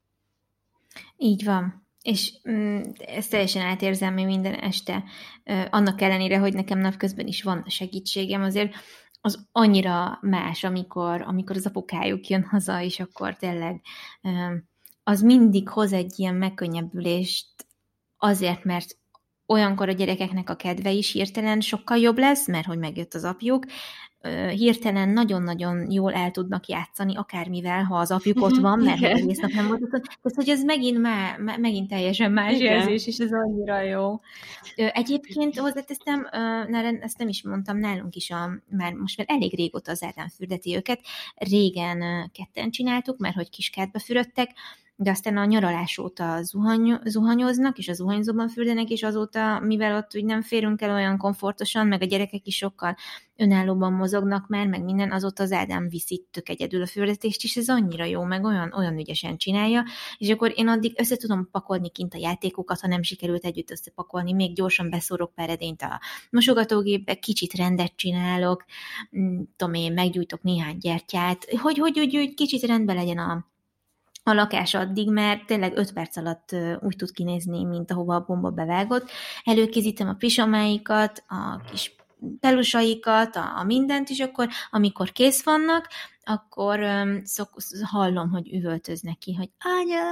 Így van. És ezt teljesen átérzem mi minden este. Annak ellenére, hogy nekem napközben is van segítségem, azért az annyira más, amikor az apukájuk jön haza, és akkor tényleg az mindig hoz egy ilyen megkönnyebbülést azért, mert olyankor a gyerekeknek a kedve is hirtelen sokkal jobb lesz, mert hogy megjött az apjuk, hirtelen nagyon-nagyon jól el tudnak játszani akármivel, ha az apjuk ott van, mert egész nap nem volt ott. Tehát, hogy ez megint teljesen más érzés, és ez annyira jó. Egyébként hozzáteszem, ezt nem is mondtam, nálunk is már most már elég régóta az Ádám fürdeti őket. Régen ketten csináltuk, mert hogy kiskertbe fürödtek, de aztán a nyaralás óta zuhanyoznak, és a zuhanyzóban fürdenek, és azóta, mivel ott úgy nem férünk el olyan komfortosan, meg a gyerekek is sokkal önállóban mozognak már, meg minden, azóta az Ádám viszi tök egyedül a fürdetést, és ez annyira jó, meg olyan ügyesen csinálja, és akkor én addig össze tudom pakolni kint a játékokat, ha nem sikerült együtt összepakolni, még gyorsan beszórok pár edényt a mosogatógépbe, kicsit rendet csinálok, tudom én, meggyújtok néhány gyertyát, hogy kicsit rendben legyen a lakás addig, mert tényleg 5 perc alatt úgy tud kinézni, mint ahova a bomba bevágott. Előkészítem a pisamáikat, a kis pelusaikat, a mindent, és akkor, amikor kész vannak, akkor hallom, hogy üvöltöznek ki, hogy anya!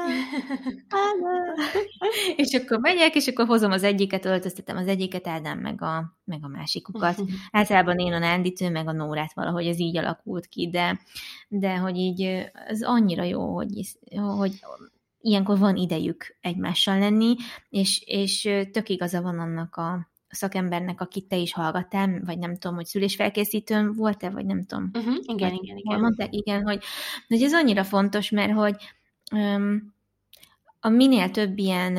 És akkor megyek, és akkor hozom az egyiket, öltöztetem az egyiket, Ádám meg a másikukat. Általában én a Nándit, meg a Nórát, valahogy ez így alakult ki, de hogy így az annyira jó, hogy ilyenkor van idejük egymással lenni, és tök igaza van annak szakembernek, akit te is hallgattál, vagy nem tudom, hogy szülésfelkészítőn volt-e, vagy nem tudom. Igen, Vagy igen, hol igen. mondták? Igen, hogy ez annyira fontos, mert hogy a minél több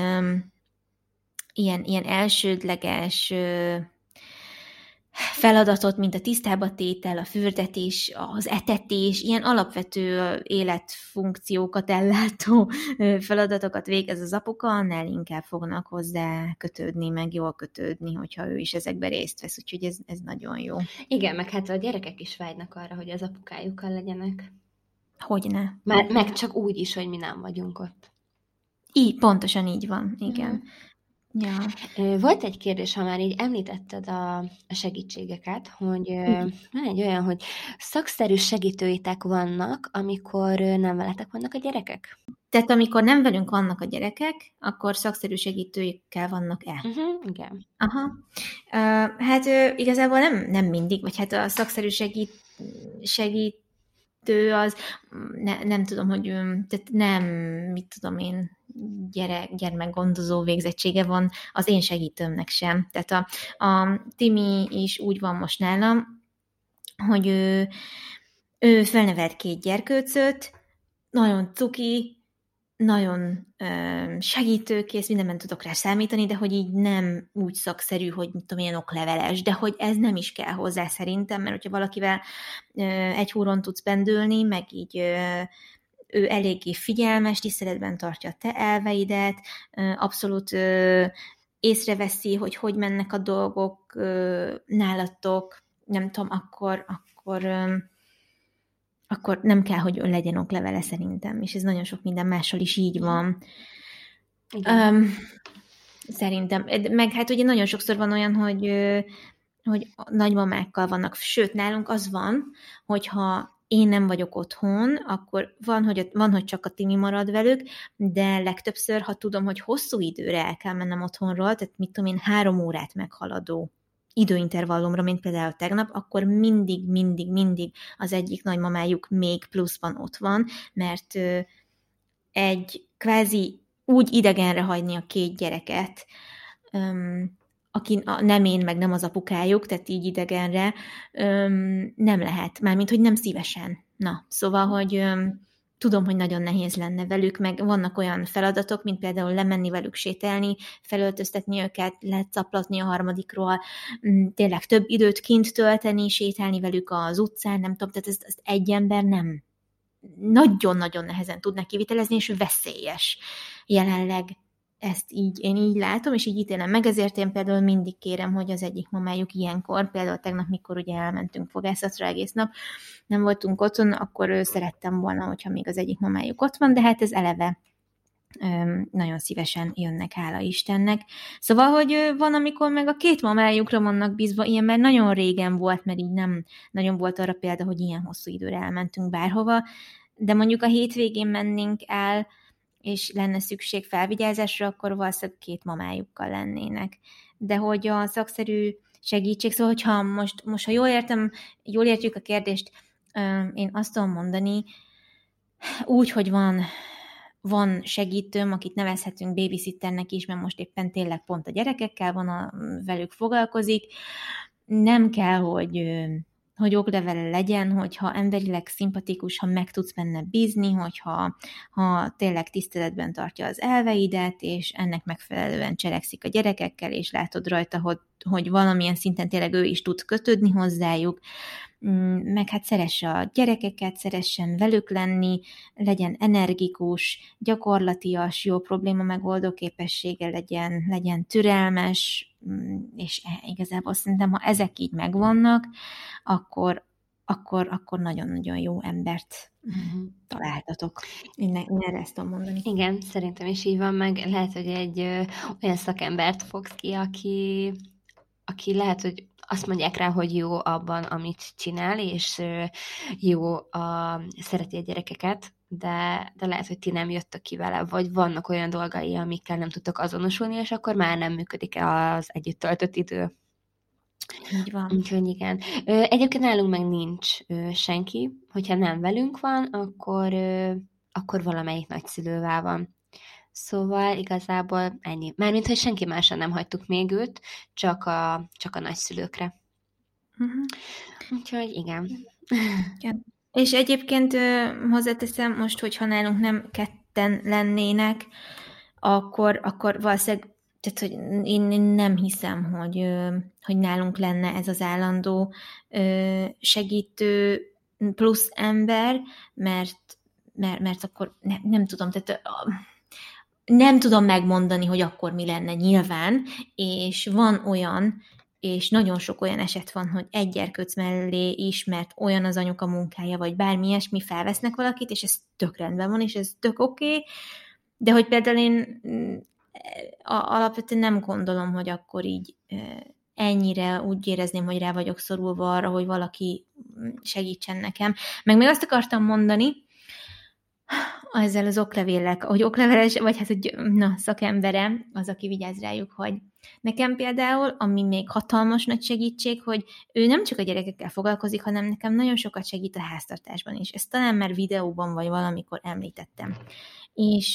ilyen elsődleges feladatot, mint a tisztába tétel, a fürdetés, az etetés, ilyen alapvető életfunkciókat ellátó feladatokat végez az apuka, annál inkább fognak hozzá kötődni, meg jól kötődni, hogyha ő is ezekben részt vesz, úgyhogy ez nagyon jó. Igen, meg hát a gyerekek is vágynak arra, hogy az apukájukkal legyenek. Hogyne. Meg csak úgy is, hogy mi nem vagyunk ott. Pontosan így van, igen. Ja. Volt egy kérdés, ha már így említetted a segítségeket, hogy van egy olyan, hogy szakszerű segítőitek vannak, amikor nem veletek vannak a gyerekek? Tehát amikor nem velünk vannak a gyerekek, akkor szakszerű segítőikkel vannak-e? Igen. Aha. Hát igazából nem mindig, vagy hát a szakszerű segítő az, nem tudom, hogy tehát nem, mit tudom én, gyermekgondozó végzettsége van az én segítőmnek sem. Tehát a Timi is úgy van most nálam, hogy ő felnevelt 2 gyerkőcöt, nagyon cuki, nagyon segítőkész, mindenben tudok rá számítani, de hogy így nem úgy szakszerű, hogy mit tudom, ilyen okleveles, de hogy ez nem is kell hozzá szerintem, mert hogyha valakivel egy húron tudsz pendülni, meg így ő eléggé figyelmes, tiszteletben tartja a te elveidet, abszolút észreveszi, hogy mennek a dolgok nálatok, nem tudom, akkor nem kell, hogy legyen oklevele szerintem, és ez nagyon sok minden mással is így van. Szerintem. Meg hát ugye nagyon sokszor van olyan, hogy nagymamákkal vannak, sőt, nálunk az van, hogyha én nem vagyok otthon, akkor van, hogy csak a Timi marad velük, de legtöbbször, ha tudom, hogy hosszú időre el kell mennem otthonról, tehát mit tudom én, 3 órát meghaladó időintervallumra, mint például tegnap, akkor mindig az egyik nagymamájuk még pluszban ott van, mert egy kvázi úgy idegenre hagyni a 2 gyereket, aki nem én, meg nem az apukájuk, tehát így idegenre, nem lehet. Mármint, hogy nem szívesen. Na, szóval, hogy tudom, hogy nagyon nehéz lenne velük, meg vannak olyan feladatok, mint például lemenni velük sétálni, felöltöztetni őket, lecaplatni a harmadikról, tényleg több időt kint tölteni, sétálni velük az utcán, nem tudom, tehát ezt egy ember nem nagyon-nagyon nehezen tudnak kivitelezni, és veszélyes jelenleg ezt én így látom, és így ítélem meg, ezért én például mindig kérem, hogy az egyik mamájuk ilyenkor, például tegnap, mikor ugye elmentünk fogászatra egész nap, nem voltunk otthon, akkor szerettem volna, hogyha még az egyik mamájuk ott van, de hát ez eleve nagyon szívesen jönnek, hála Istennek. Szóval, hogy van, amikor meg a 2 mamájukra vannak bízva, ilyen már nagyon régen volt, mert így nem nagyon volt arra példa, hogy ilyen hosszú időre elmentünk bárhova, de mondjuk a hétvégén mennénk el, és lenne szükség felvigyázásra, akkor valószínűleg 2 mamájukkal lennének. De hogy a szakszerű segítség, szóval, hogyha most ha jól értjük a kérdést, én azt tudom mondani, úgy, hogy van segítőm, akit nevezhetünk babysitternek is, mert most éppen tényleg pont a gyerekekkel van, velük foglalkozik. Nem kell, hogy oklevele legyen, hogyha emberileg szimpatikus, ha meg tudsz benne bízni, hogyha tényleg tiszteletben tartja az elveidet, és ennek megfelelően cselekszik a gyerekekkel, és látod rajta, hogy valamilyen szinten tényleg ő is tud kötődni hozzájuk, meg hát szeresse a gyerekeket, szeressen velük lenni, legyen energikus, gyakorlatias, jó probléma megoldó képessége legyen türelmes, és igazából szerintem, ha ezek így megvannak, akkor nagyon-nagyon jó embert találtatok. Én erre ezt tudom mondani. Igen, szerintem is így van, meg lehet, hogy egy olyan szakembert fogsz ki, aki lehet, hogy azt mondják rá, hogy jó abban, amit csinál, és szereti a gyerekeket, de lehet, hogy ti nem jöttök ki vele, vagy vannak olyan dolgai, amikkel nem tudtok azonosulni, és akkor már nem működik az együtt töltött idő. Így van. Úgyhogy igen. Egyébként nálunk meg nincs senki, hogyha nem velünk van, akkor valamelyik nagyszülővel van. Szóval igazából ennyi. Mármint, hogy senki másra nem hagytuk még őt, csak a nagyszülőkre. Úgyhogy igen. Igen. És egyébként hozzáteszem most, hogyha nálunk nem ketten lennének, akkor valószínűleg, tehát, hogy én nem hiszem, hogy nálunk lenne ez az állandó segítő plusz ember, mert akkor nem tudom, tehát nem tudom megmondani, hogy akkor mi lenne nyilván, és van olyan, és nagyon sok olyan eset van, hogy egy gyerkőc mellé is, mert olyan az anyuka munkája, vagy bármi ilyesmi, felvesznek valakit, és ez tök rendben van, és ez tök oké, de hogy például én alapvetően nem gondolom, hogy akkor így ennyire úgy érezném, hogy rá vagyok szorulva arra, hogy valaki segítsen nekem. Meg még azt akartam mondani, ezzel az oklevéllel, hogy okleveles, vagy hát, hogy szakembere az, aki vigyáz rájuk, hogy nekem például, ami még hatalmas nagy segítség, hogy ő nem csak a gyerekekkel foglalkozik, hanem nekem nagyon sokat segít a háztartásban is. Ezt talán már videóban vagy valamikor említettem. És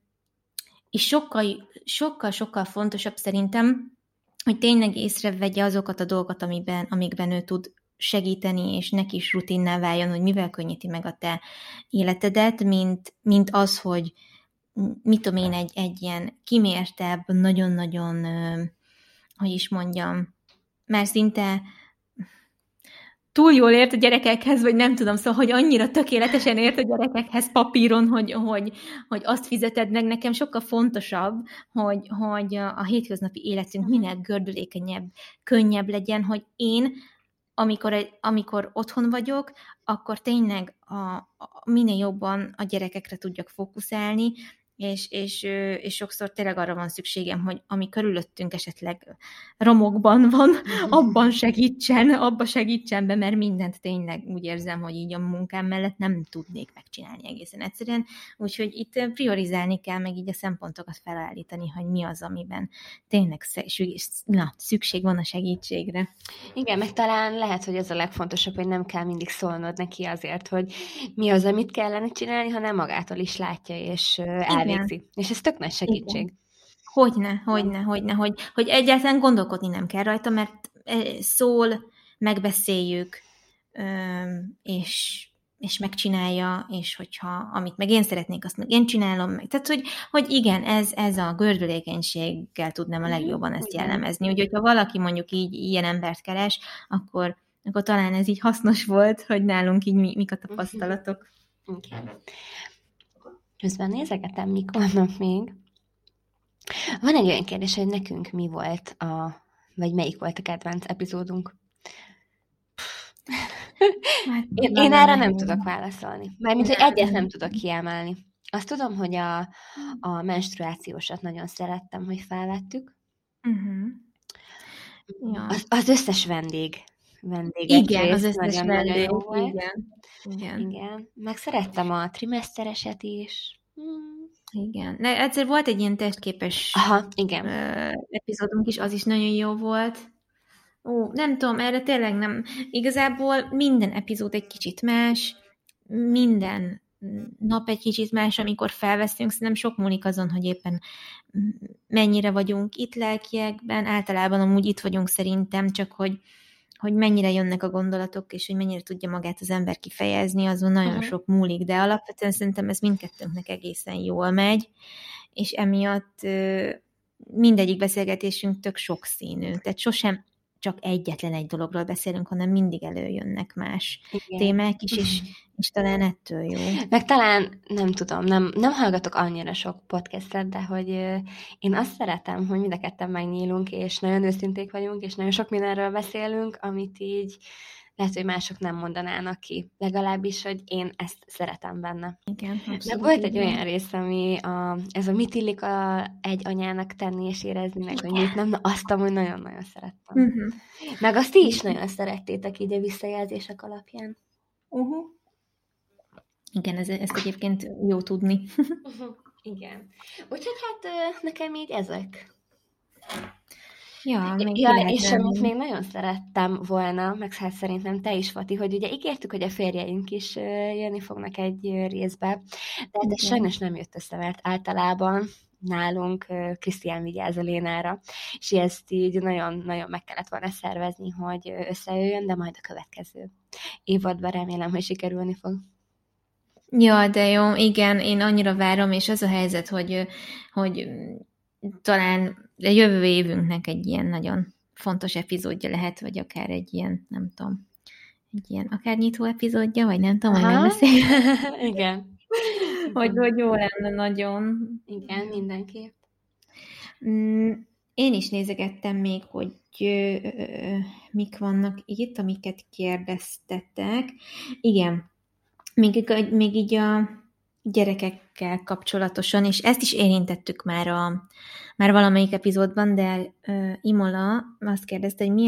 sokkal fontosabb szerintem, hogy tényleg észrevegye azokat a dolgokat, amikben ő tud segíteni, és neki is rutinná váljon, hogy mivel könnyíti meg a te életedet, mint az, hogy mit tudom én, egy ilyen kimértebb, nagyon-nagyon, hogy is mondjam, mert szinte túl jól ért a gyerekekhez, vagy nem tudom, szóval, hogy annyira tökéletesen ért a gyerekekhez papíron, hogy azt fizeted meg. Nekem sokkal fontosabb, hogy a hétköznapi életünk minél gördülékenyebb, könnyebb legyen, hogy én, amikor otthon vagyok, akkor tényleg minél jobban a gyerekekre tudjak fókuszálni, és sokszor tényleg arra van szükségem, hogy ami körülöttünk esetleg romokban van, abba segítsen be, mert mindent tényleg úgy érzem, hogy így a munkám mellett nem tudnék megcsinálni egészen egyszerűen. Úgyhogy itt priorizálni kell, meg így a szempontokat felállítani, hogy mi az, amiben tényleg szükség van a segítségre. Igen, meg talán lehet, hogy ez a legfontosabb, hogy nem kell mindig szólnod neki azért, hogy mi az, amit kellene csinálni, hanem magától is látja, és elvégzi. És ez tök nagy segítség. Hogyne, hogy egyáltalán gondolkodni nem kell rajta, mert szól, megbeszéljük, és megcsinálja, és hogyha amit meg én szeretnék, azt meg én csinálom meg. Tehát, hogy igen, ez a gördülékenységgel tudnám a legjobban ezt jellemezni. Úgyhogy ha valaki mondjuk így ilyen embert keres, akkor talán ez így hasznos volt, hogy nálunk így mik a tapasztalatok. Okay. Közben nézegetem, mik vannak még. Van egy olyan kérdés, hogy nekünk mi volt vagy melyik volt a kedvenc epizódunk? Én erre nem tudok válaszolni. Mármint, hogy egyet nem tudok kiemelni. Azt tudom, hogy a menstruációsat nagyon szerettem, hogy felvettük. Ja. Az összes vendég igen, az összes vendég. Igen. Meg szerettem a trimesztereset is. Igen. Egyszer volt egy ilyen testképes epizódunk is, az is nagyon jó volt. Nem tudom, erre tényleg nem. Igazából minden epizód egy kicsit más, minden nap egy kicsit más, amikor felveszünk, szerintem sok múlik azon, hogy éppen mennyire vagyunk itt lelkiekben, általában amúgy itt vagyunk szerintem, csak hogy mennyire jönnek a gondolatok, és hogy mennyire tudja magát az ember kifejezni, azon nagyon sok múlik, de alapvetően szerintem ez mindkettőnknek egészen jól megy, és emiatt mindegyik beszélgetésünk tök sokszínű, tehát sosem csak egyetlen egy dologról beszélünk, hanem mindig előjönnek más témák is, és talán ettől jó. Meg talán, nem tudom, nem hallgatok annyira sok podcastet, de hogy én azt szeretem, hogy mind a ketten megnyílunk, és nagyon őszinték vagyunk, és nagyon sok mindenről beszélünk, amit így lehet, hogy mások nem mondanának ki. Legalábbis, hogy én ezt szeretem benne. Igen, meg volt egy olyan rész, ami ez a mit illik egy anyának tenni és érezni, meg hogy mit nem, azt amúgy nagyon-nagyon szerettem. Meg azt ti is nagyon szerettétek így a visszajelzések alapján. Igen, ezt egyébként jó tudni. Igen. Úgyhogy hát nekem így ezek. Ja, még Ja, ki lehet és amit venni. még nagyon szerettem volna, meg hát szerintem te is, Fati, hogy ugye ígértük, hogy a férjeink is jönni fognak egy részbe, de hát ez Igen. sajnos nem jött össze, mert általában nálunk Krisztián vigyáz a Lénára, és ezt így nagyon-nagyon meg kellett volna szervezni, hogy összejöjjön, de majd a következő évadban remélem, hogy sikerülni fog. Ja, de jó, igen, én annyira várom, és az a helyzet, hogy talán a jövő évünknek egy ilyen nagyon fontos epizódja lehet, vagy akár egy ilyen, nem tudom, egy ilyen akár nyitó epizódja, vagy nem tudom, hogy Aha, megbeszéljük, igen. hogy jó lenne nagyon. Igen, mindenképp. Én is nézegettem még, hogy mik vannak itt, amiket kérdeztetek. Igen, még így a gyerekekkel kapcsolatosan, és ezt is érintettük már valamelyik epizódban, de Imola azt kérdezte, hogy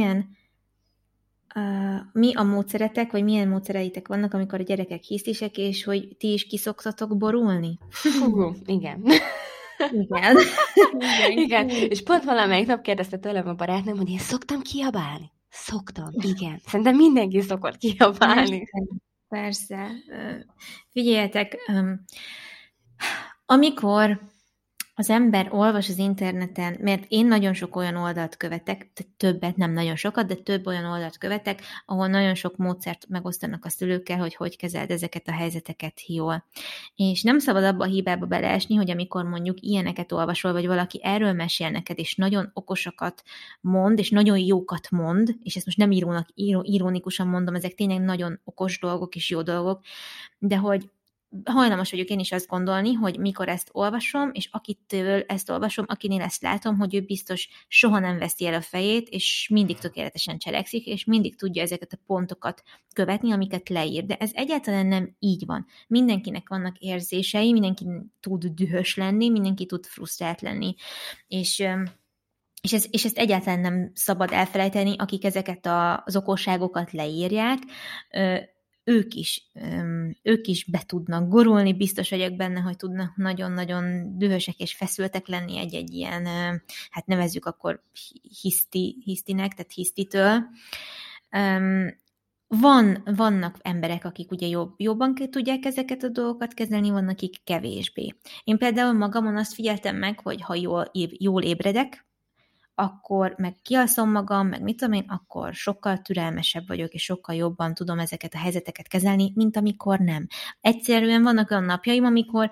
mi a módszeretek, vagy milyen módszereitek vannak, amikor a gyerekek hisztisek, és hogy ti is kiszoktatok borulni? Fú, igen. Igen. Igen, és pont valamelyik nap kérdezte tőlem a barátnőm, hogy én szoktam kiabálni. Szoktam, igen. Szerintem mindenki szokott kiabálni. Persze. Figyeljetek, amikor az ember olvas az interneten, mert én nagyon sok olyan oldalt követek, többet, nem nagyon sokat, de több olyan oldalt követek, ahol nagyon sok módszert megosztanak a szülőkkel, hogy kezeld ezeket a helyzeteket jól. És nem szabad abba a hibába beleesni, hogy amikor mondjuk ilyeneket olvasol, vagy valaki erről mesél neked, és nagyon okosakat mond, és nagyon jókat mond, és ezt most nem ironikusan mondom, ezek tényleg nagyon okos dolgok és jó dolgok, de hogy hajlamos vagyok én is azt gondolni, hogy mikor ezt olvasom, és akitől ezt olvasom, akinél ezt látom, hogy ő biztos soha nem veszi el a fejét, és mindig tökéletesen cselekszik, és mindig tudja ezeket a pontokat követni, amiket leír. De ez egyáltalán nem így van. Mindenkinek vannak érzései, mindenki tud dühös lenni, mindenki tud frusztrált lenni. És ezt egyáltalán nem szabad elfelejteni, akik ezeket az okosságokat leírják, ők is be tudnak gurulni, biztos vagyok benne, hogy tudnak nagyon-nagyon dühösek és feszültek lenni egy ilyen, hát nevezzük akkor hisztinek, tehát hisztitől. Vannak emberek, akik ugye jobban tudják ezeket a dolgokat kezelni, vannak, akik kevésbé. Én például magamon azt figyeltem meg, hogy ha jól ébredek, akkor meg kialszom magam, meg mit tudom én, akkor sokkal türelmesebb vagyok, és sokkal jobban tudom ezeket a helyzeteket kezelni, mint amikor nem. Egyszerűen vannak olyan napjaim,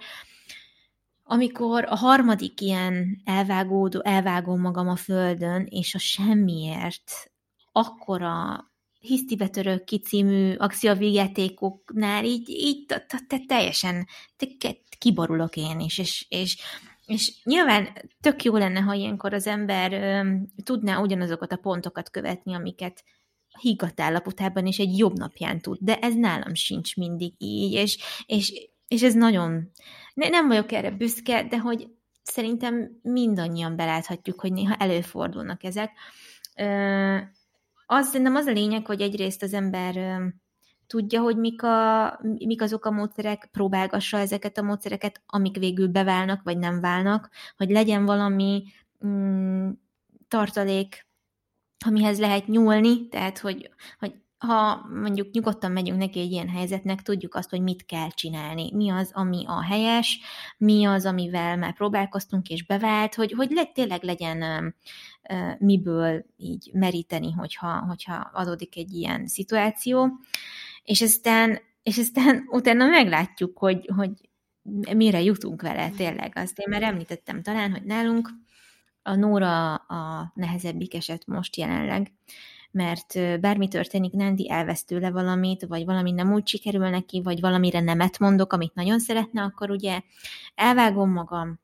amikor a harmadik ilyen elvágom magam a földön, és a semmiért akkora hisztibetörök ki című akcióvígjátékoknál így teljesen kiborulok én is, és nyilván tök jó lenne, ha ilyenkor az ember tudná ugyanazokat a pontokat követni, amiket higgadt állapotában és egy jobb napján tud, de ez nálam sincs mindig így, és ez nagyon... Nem vagyok erre büszke, de hogy szerintem mindannyian beláthatjuk, hogy néha előfordulnak ezek. Szerintem az a lényeg, hogy egyrészt az ember tudja, hogy mik azok a módszerek, próbálgassa ezeket a módszereket, amik végül beválnak, vagy nem válnak, hogy legyen valami tartalék, amihez lehet nyúlni, tehát, hogy ha mondjuk nyugodtan megyünk neki egy ilyen helyzetnek, tudjuk azt, hogy mit kell csinálni, mi az, ami a helyes, mi az, amivel már próbálkoztunk és bevált, hogy tényleg legyen miből így meríteni, hogyha adódik egy ilyen szituáció, és aztán utána meglátjuk, hogy mire jutunk vele tényleg. Azt én már említettem talán, hogy nálunk a Nóra a nehezebbik eset most jelenleg, mert bármi történik, Nandi elvesz tőle valamit, vagy valami nem úgy sikerül neki, vagy valamire nemet mondok, amit nagyon szeretne, akkor ugye elvágom magam,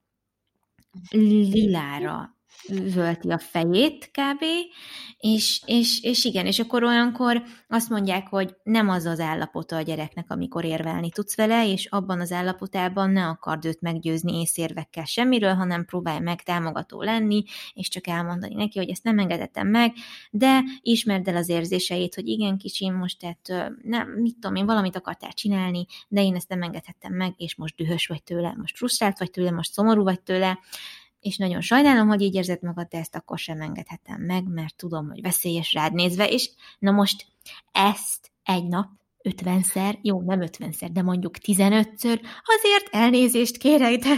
lilára üvölti a fejét kb. És igen, és akkor olyankor azt mondják, hogy nem az az állapota a gyereknek, amikor érvelni tudsz vele, és abban az állapotában ne akard őt meggyőzni észérvekkel semmiről, hanem próbálj meg támogató lenni, és csak elmondani neki, hogy ezt nem engedettem meg, de ismerd el az érzéseit, hogy igen, kicsim, most nem, mit tudom én, valamit akartál csinálni, de én ezt nem engedhettem meg, és most dühös vagy tőle, most frusztrált vagy tőle, most szomorú vagy tőle, és nagyon sajnálom, hogy így érzed magad, de ezt akkor sem engedhetem meg, mert tudom, hogy veszélyes rád nézve, és na most ezt egy nap 50-szer, jó, nem 50-szer, de mondjuk 15-ször, azért elnézést kérek, de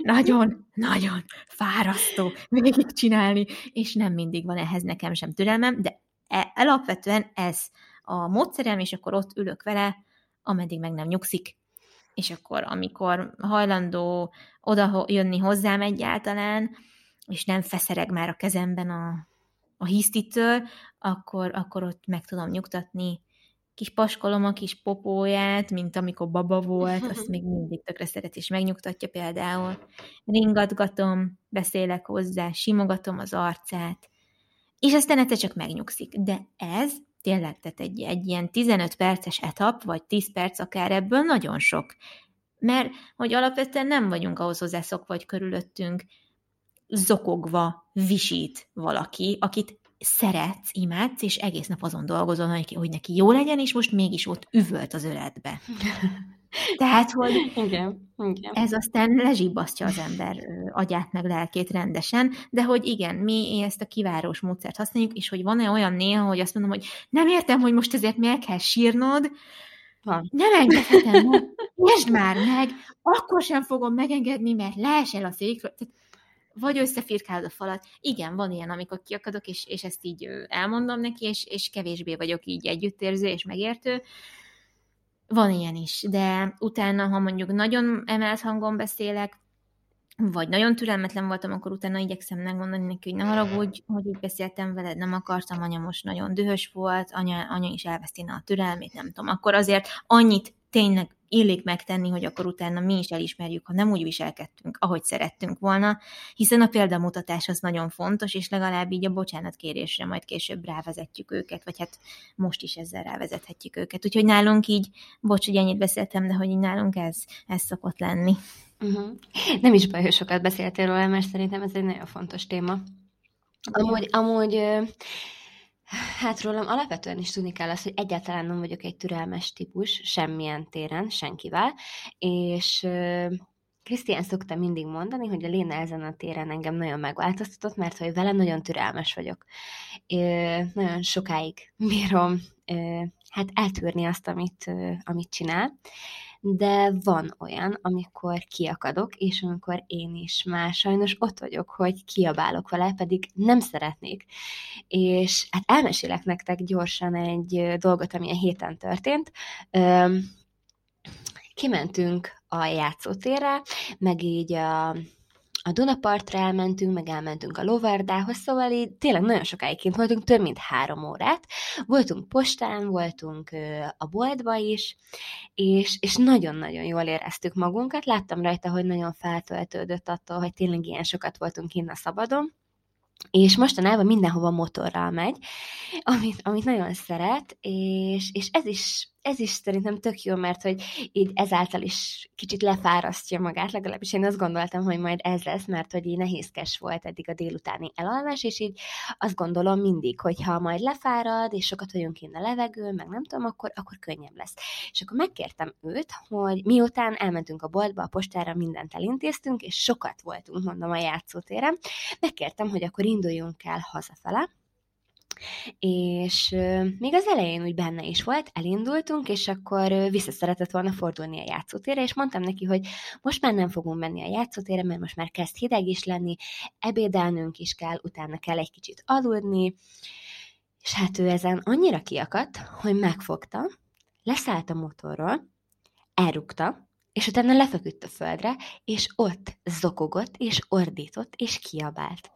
nagyon fárasztó végigcsinálni, és nem mindig van ehhez nekem sem türelmem, de alapvetően ez a módszerem, és akkor ott ülök vele, ameddig meg nem nyugszik, és akkor, amikor hajlandó oda jönni hozzám egyáltalán, és nem feszereg már a kezemben a hisztitől, akkor ott meg tudom nyugtatni, kis paskolom a kis popóját, mint amikor baba volt, azt még mindig tökre szeret, és megnyugtatja például. Ringatgatom, beszélek hozzá, simogatom az arcát, és aztán egyszer csak megnyugszik. De ez tényleg, tehát egy ilyen 15 perces etap, vagy 10 perc akár ebből nagyon sok. Mert hogy alapvetően nem vagyunk ahhoz hozzászokva, vagy körülöttünk zokogva visít valaki, akit szeretsz, imádsz, és egész nap azon dolgozol, hogy neki jó legyen, és most mégis ott üvölt az öletbe. Tehát, hogy igen. ez aztán lezsibbasztja az ember agyát meg lelkét rendesen, de hogy igen, mi ezt a kivárós módszert használjuk, és hogy van-e olyan néha, hogy azt mondom, hogy nem értem, hogy most ezért miért kell sírnod, Van. Nem engedhetem meg, értsd már meg, akkor sem fogom megengedni, mert leesel a székről, vagy összefirkálod a falat. Igen, van ilyen, amikor kiakadok, és ezt így elmondom neki, és kevésbé vagyok így együttérző és megértő. Van ilyen is, de utána, ha mondjuk nagyon emelt hangon beszélek, vagy nagyon türelmetlen voltam, akkor utána igyekszem megmondani neki, hogy ne haragudj, hogy így beszéltem veled, nem akartam, anya most nagyon dühös volt, anya is elveszténe a türelmét, nem tudom. Akkor azért annyit tényleg illik megtenni, hogy akkor utána mi is elismerjük, ha nem úgy viselkedtünk, ahogy szerettünk volna, hiszen a példamutatás az nagyon fontos, és legalább így a bocsánatkérésre majd később rávezetjük őket, vagy hát most is ezzel rávezethetjük őket. Úgyhogy nálunk így, bocs, hogy ennyit beszéltem, de hogy így nálunk ez szokott lenni. Nem is baj, hogy sokat beszéltél róla, mert szerintem ez egy nagyon fontos téma. Amúgy hát rólam alapvetően is tudni kell azt, hogy egyáltalán nem vagyok egy türelmes típus, semmilyen téren, senkivel, és Krisztián szokta mindig mondani, hogy a Léna ezen a téren engem nagyon megváltoztatott, mert hogy velem nagyon türelmes vagyok. Nagyon sokáig bírom hát eltűrni azt, amit csinál, de van olyan, amikor kiakadok, és amikor én is már sajnos ott vagyok, hogy kiabálok vele, pedig nem szeretnék. És hát elmesélek nektek gyorsan egy dolgot, ami a héten történt. Kimentünk a játszótérre, meg így a Dunapartra elmentünk, meg elmentünk a Lovardához, szóval így tényleg nagyon sokáig kint voltunk, több mint 3 órát. Voltunk postán, voltunk a boltba is, és nagyon-nagyon jól éreztük magunkat. Láttam rajta, hogy nagyon feltöltődött attól, hogy tényleg ilyen sokat voltunk kint a szabadon. És mostanában mindenhova motorral megy, amit nagyon szeret, és ez is szerintem tök jó, mert hogy így ezáltal is kicsit lefárasztja magát, legalábbis én azt gondoltam, hogy majd ez lesz, mert hogy így nehézkes volt eddig a délutáni elalvás, és így azt gondolom mindig, hogy ha majd lefárad, és sokat vagyunk kint a levegőn, meg nem tudom, akkor könnyebb lesz. És akkor megkértem őt, hogy miután elmentünk a boltba, a postára, mindent elintéztünk, és sokat voltunk, mondom, a játszótéren, megkértem, hogy akkor induljunk el hazafele, és még az elején úgy benne is volt, elindultunk, és akkor vissza szeretett volna fordulni a játszótérre, és mondtam neki, hogy most már nem fogunk menni a játszótérre, mert most már kezd hideg is lenni, ebédelnünk is kell, utána kell egy kicsit aludni, és hát ő ezen annyira kiakadt, hogy megfogta, leszállt a motorról, elrúgta, és utána lefeküdt a földre, és ott zokogott, és ordított, és kiabált.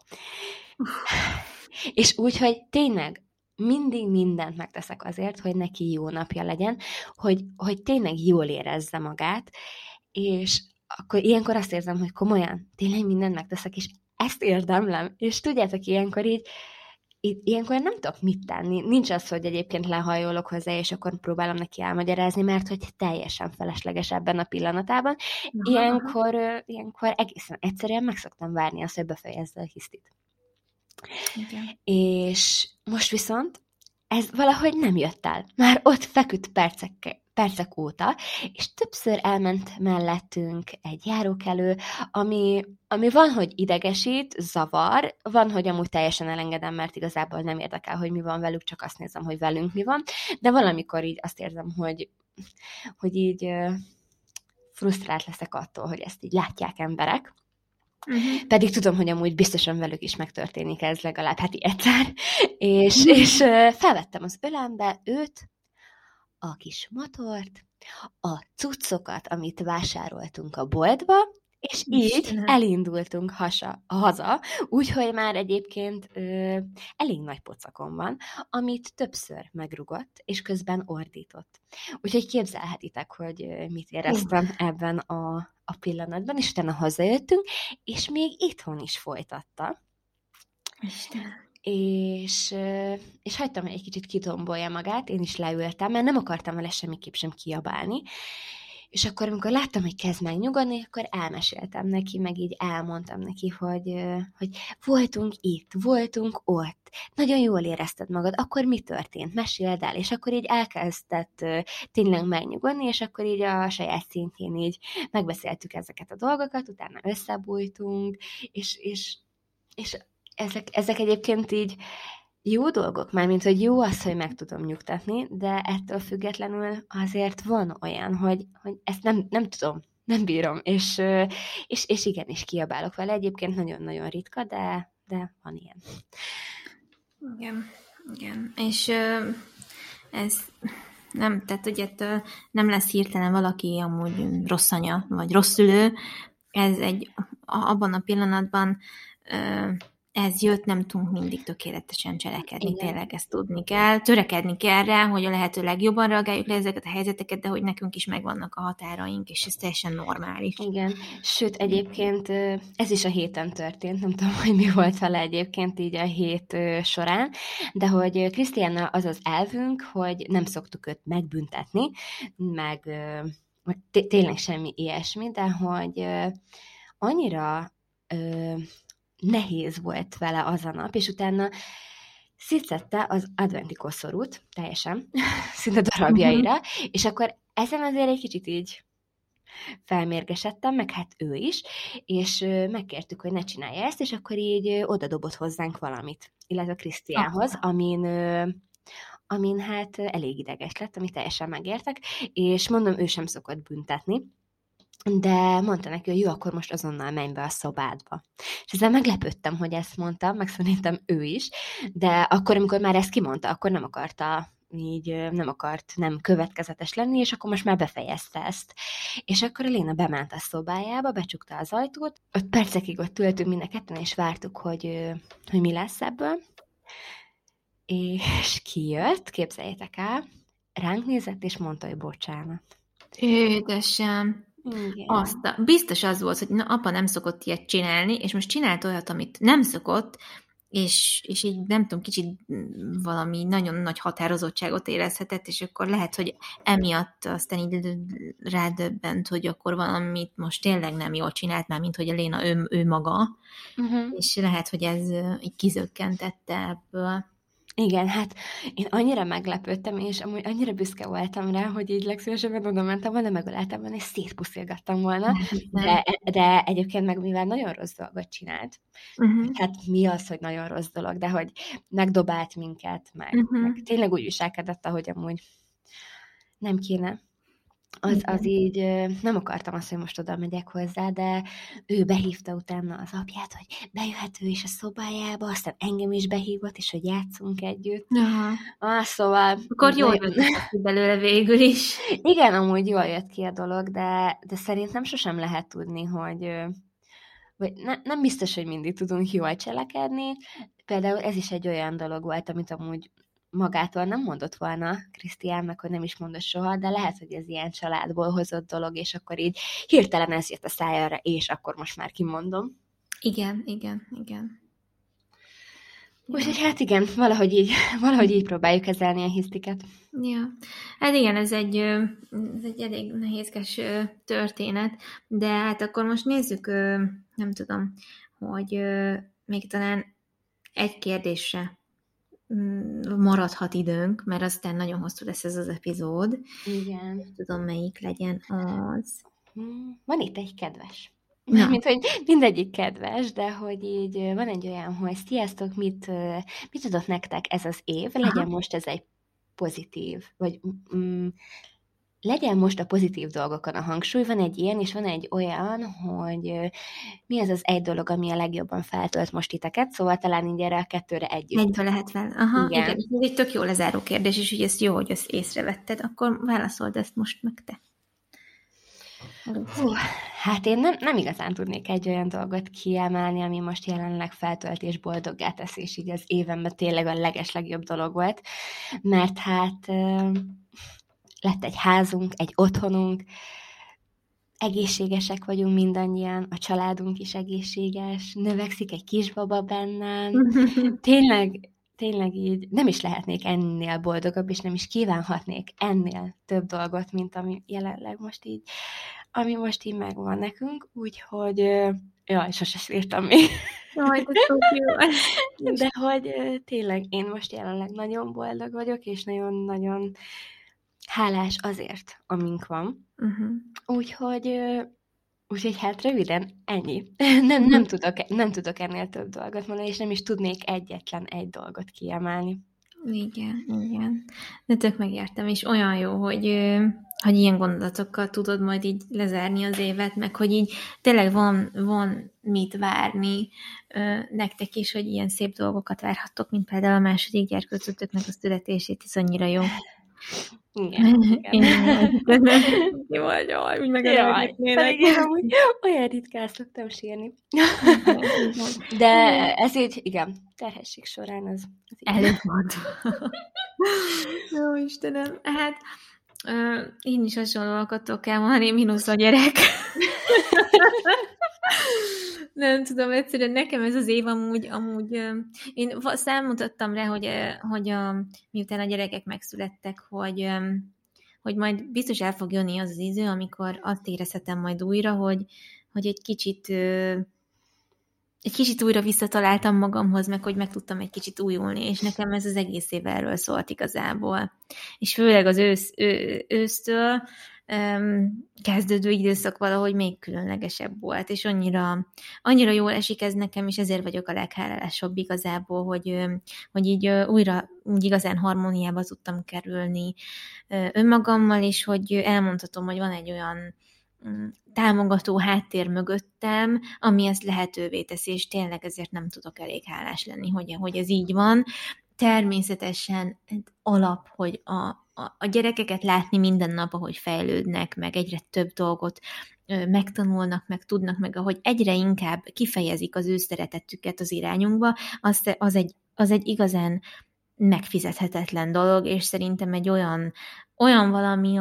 És úgy, hogy tényleg mindig mindent megteszek azért, hogy neki jó napja legyen, hogy tényleg jól érezze magát, és akkor ilyenkor azt érzem, hogy komolyan, tényleg mindent megteszek, és ezt érdemlem. És tudjátok, ilyenkor nem tudok mit tenni. Nincs az, hogy egyébként lehajolok hozzá, és akkor próbálom neki elmagyarázni, mert hogy teljesen felesleges ebben a pillanatában. Ilyenkor egészen egyszerűen meg szoktam várni azt, hogy befejezze a hisztit. Igen. És most viszont ez valahogy nem jött el. Már ott feküdt percek óta, és többször elment mellettünk egy járókelő, ami van, hogy idegesít, zavar, van, hogy amúgy teljesen elengedem, mert igazából nem érdekel, hogy mi van velük, csak azt nézem, hogy velünk mi van, de valamikor így azt érzem, hogy így frusztrált leszek attól, hogy ezt így látják emberek. Pedig tudom, hogy amúgy biztosan velük is megtörténik ez legalább heti egyszer, és felvettem az ölembe őt, a kis motort, a cuccokat, amit vásároltunk a boltba, és így elindultunk haza, úgyhogy már egyébként elég nagy pocakon van, amit többször megrugott, és közben ordított. Úgyhogy képzelhetitek, hogy mit éreztem ebben a pillanatban, és utána hazajöttünk, és még itthon is folytatta. Istenem. És hagytam, hogy egy kicsit kitombolja magát, én is leültem, mert nem akartam vele semmiképp sem kiabálni, és akkor, amikor láttam, hogy kezd megnyugodni, akkor elmeséltem neki, meg így elmondtam neki, hogy voltunk itt, voltunk ott, nagyon jól érezted magad, akkor mi történt? Meséld el, és akkor így elkezdett tényleg megnyugodni, és akkor így a saját szintjén így megbeszéltük ezeket a dolgokat, utána összebújtunk, és ezek egyébként így jó dolgok, mármint, hogy jó az, hogy meg tudom nyugtatni, de ettől függetlenül azért van olyan, hogy ezt nem tudom, nem bírom, és igenis kiabálok vele. Egyébként nagyon-nagyon ritka, de van ilyen. Igen. És ez nem, tehát ugye nem lesz hirtelen valaki amúgy rossz anya, vagy rossz szülő. Ez abban a pillanatban ez jött, nem tudunk mindig tökéletesen cselekedni, igen. Tényleg ezt tudni kell. Törekedni kell rá, hogy a lehető legjobban reagáljuk le ezeket a helyzeteket, de hogy nekünk is megvannak a határaink, és ez teljesen normális. Igen, sőt egyébként ez is a héten történt, nem tudom, hogy mi volt vele egyébként így a hét során, de hogy Krisztiánnal az az elvünk, hogy nem szoktuk őt megbüntetni, meg tényleg semmi ilyesmi, de hogy annyira nehéz volt vele az a nap, és utána szétszedte az adventi koszorút, teljesen, szinte darabjaira, és akkor ezen azért egy kicsit így felmérgesedtem, meg hát ő is, és megkértük, hogy ne csinálja ezt, és akkor így odadobott hozzánk valamit, illetve Krisztiánhoz, amin hát elég ideges lett, amit teljesen megértek, és mondom, ő sem szokott büntetni, de mondta neki, hogy jó, akkor most azonnal menj be a szobádba. És ezzel meglepődtem, hogy ezt mondtam, meg szerintem ő is, de akkor, amikor már ezt kimondta, akkor nem akart nem következetes lenni, és akkor most már befejezte ezt. És akkor a Léna bement a szobájába, becsukta az ajtót, 5 percekig ott ültünk mind a ketten, és vártuk, hogy mi lesz ebből. És kijött, képzeljétek el, ránk nézett, és mondta, hogy bocsánat. Édesem. Biztos az volt, hogy apa nem szokott ilyet csinálni, és most csinált olyat, amit nem szokott, és így nem tudom, kicsit valami nagyon nagy határozottságot érezhetett, és akkor lehet, hogy emiatt aztán így rádöbbent, hogy akkor valamit most tényleg nem jól csinált, már mint hogy a Léna ő maga, és lehet, hogy ez így kizökkentette ebből. Igen, hát én annyira meglepődtem, és amúgy annyira büszke voltam rá, hogy így legszívesebben oda mentem volna, megöleltem volna, és szétpuszilgattam volna, de egyébként meg mivel nagyon rossz dolgot csinált, hát mi az, hogy nagyon rossz dolog, de hogy megdobált minket, meg tényleg úgy viselkedett, ahogy amúgy nem kéne. Az így nem akartam azt, hogy most oda megyek hozzá, de ő behívta utána az apját, hogy bejöhet ő is a szobájába, aztán engem is behívott, és hogy játszunk együtt. Szóval... Akkor jól jött ki belőle végül is. Igen, amúgy jól jött ki a dolog, de szerintem sosem lehet tudni, hogy... Vagy nem biztos, hogy mindig tudunk jól cselekedni. Például ez is egy olyan dolog volt, amit amúgy magától nem mondott volna Krisztiánnak, hogy nem is mondott soha, de lehet, hogy ez ilyen családból hozott dolog, és akkor így hirtelen ez jött a szájára, és akkor most már kimondom. Igen. Úgyhogy hát igen, valahogy így próbáljuk kezelni a hisztiket. Ja, hát igen, ez egy elég nehézkes történet, de hát akkor most nézzük, nem tudom, hogy még talán egy kérdésre maradhat időnk, mert aztán nagyon hosszú lesz ez az epizód. Igen. Nem tudom, melyik legyen az. Van itt egy kedves. Na. Mint hogy mindegyik kedves, de hogy így van egy olyan, hogy sziasztok, mit adott nektek ez az év, legyen most ez egy pozitív, vagy legyen most a pozitív dolgokon a hangsúly. Van egy ilyen, és van egy olyan, hogy mi az az egy dolog, ami a legjobban feltölt most titeket, szóval talán így erre a kettőre együtt. Egybe lehet fel. Aha, igen. Ez egy tök jó lezáró kérdés, és hogy ezt jó, hogy ezt észrevetted, akkor válaszold ezt most meg te. Hát én nem igazán tudnék egy olyan dolgot kiemelni, ami most jelenleg feltölt és boldoggá tesz, és így az évemben tényleg a legeslegjobb dolog volt, mert hát lett egy házunk, egy otthonunk, egészségesek vagyunk mindannyian, a családunk is egészséges, növekszik egy kisbaba bennem, tényleg így nem is lehetnék ennél boldogabb, és nem is kívánhatnék ennél több dolgot, mint ami jelenleg ami most így megvan nekünk, úgyhogy jaj, sose sírtam még. Jaj, de tök jó. De hogy tényleg én most jelenleg nagyon boldog vagyok, és nagyon-nagyon hálás azért, amink van. Úgyhogy hát röviden ennyi. Nem tudok ennél több dolgot mondani, és nem is tudnék egyetlen egy dolgot kiemelni. Igen. De tök megértem, és olyan jó, hogy ilyen gondolatokkal tudod majd így lezárni az évet, meg hogy így tényleg van mit várni nektek is, hogy ilyen szép dolgokat várhattok, mint például a második gyerkőcötöknek a születését, ez annyira jó. Igen. Jaj, úgy pedig én amúgy olyan ritkán szoktam sírni. De ez így, igen, terhesség során az előfordul. Jó, Istenem, hát én is hasonlóakat tudok elmondani, mínusz a gyerek. Nem tudom, egyszerűen nekem ez az év amúgy én számítottam rá, hogy miután a gyerekek megszülettek, hogy majd biztos el fog jönni az idő, amikor azt érezhetem majd újra, hogy egy kicsit újra visszataláltam magamhoz, meg hogy meg tudtam egy kicsit újulni, és nekem ez az egész év erről szólt igazából. És főleg az ősztől kezdődő időszak valahogy még különlegesebb volt, és annyira jól esik ez nekem, és ezért vagyok a leghálásabb igazából, hogy így újra úgy igazán harmóniába tudtam kerülni önmagammal, és hogy elmondhatom, hogy van egy olyan támogató háttér mögöttem, ami ezt lehetővé teszi, és tényleg ezért nem tudok elég hálás lenni, hogy ez így van. Természetesen alap, hogy a gyerekeket látni minden nap, ahogy fejlődnek, meg egyre több dolgot megtanulnak, meg tudnak, meg ahogy egyre inkább kifejezik az ő szeretetüket az irányunkba, az egy igazán megfizethetetlen dolog, és szerintem egy olyan valami,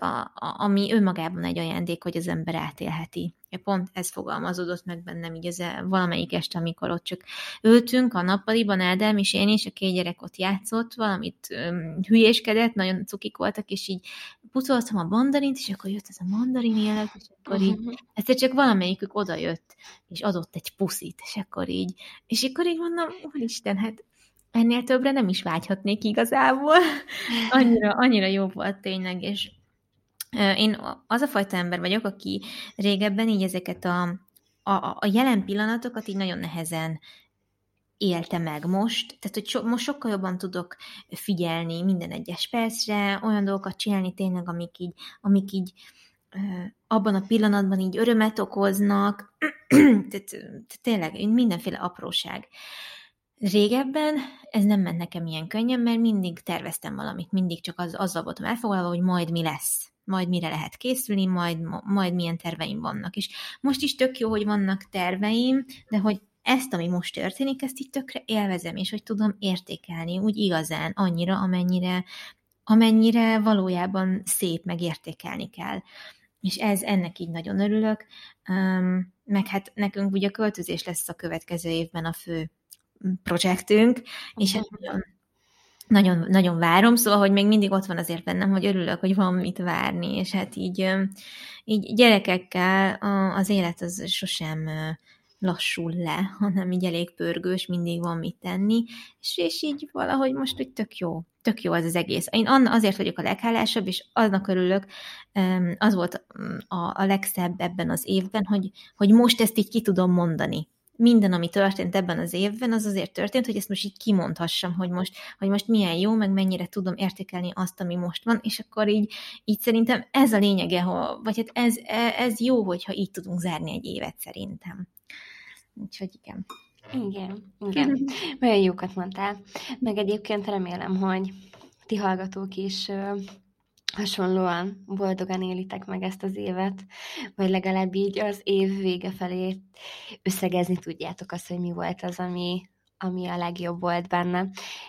ami önmagában egy ajándék, hogy az ember átélheti. Pont ez fogalmazódott meg bennem így valamelyik este, amikor ott csak ültünk a nappaliban, Ádám és én is, a 2 gyerek ott játszott, valamit hülyéskedett, nagyon cukik voltak, és így pucoltam a mandarint, és akkor jött ez a mandarin élet, és akkor így egyszer csak valamelyikük odajött, és adott egy puszit, és akkor így mondom, úristen, hát ennél többre nem is vágyhatnék igazából. Annyira jó volt tényleg, és én az a fajta ember vagyok, aki régebben így ezeket a jelen pillanatokat így nagyon nehezen élte meg most, tehát hogy most sokkal jobban tudok figyelni minden egyes percre, olyan dolgokat csinálni tényleg, amik így abban a pillanatban így örömet okoznak, tehát tényleg mindenféle apróság. Régebben ez nem ment nekem ilyen könnyen, mert mindig terveztem valamit, mindig csak azzal voltam elfoglalva, hogy majd mi lesz, majd mire lehet készülni, majd milyen terveim vannak. És most is tök jó, hogy vannak terveim, de hogy ezt, ami most történik, ezt így tökre élvezem, és hogy tudom értékelni úgy igazán annyira, amennyire valójában szép, meg értékelni kell. És ennek így nagyon örülök. Meg hát nekünk ugye a költözés lesz a következő évben a fő projektünk, és hát nagyon, nagyon várom, szóval, hogy még mindig ott van azért bennem, hogy örülök, hogy van mit várni, és hát így gyerekekkel az élet az sosem lassul le, hanem így elég pörgős, mindig van mit tenni, és így valahogy most úgy tök jó az az egész. Én azért vagyok a leghálásabb, és annak örülök, az volt a legszebb ebben az évben, hogy most ezt így ki tudom mondani. Minden, ami történt ebben az évben, az azért történt, hogy ezt most így kimondhassam, hogy most milyen jó, meg mennyire tudom értékelni azt, ami most van, és akkor így szerintem ez a lényege, vagy hát ez jó, hogyha így tudunk zárni egy évet szerintem. Úgyhogy igen. Igen. Nagyon jókat mondtál. Meg egyébként remélem, hogy ti hallgatók is hasonlóan boldogan élitek meg ezt az évet, vagy legalább így az év vége felé összegezni tudjátok azt, hogy mi volt az, ami a legjobb volt benne.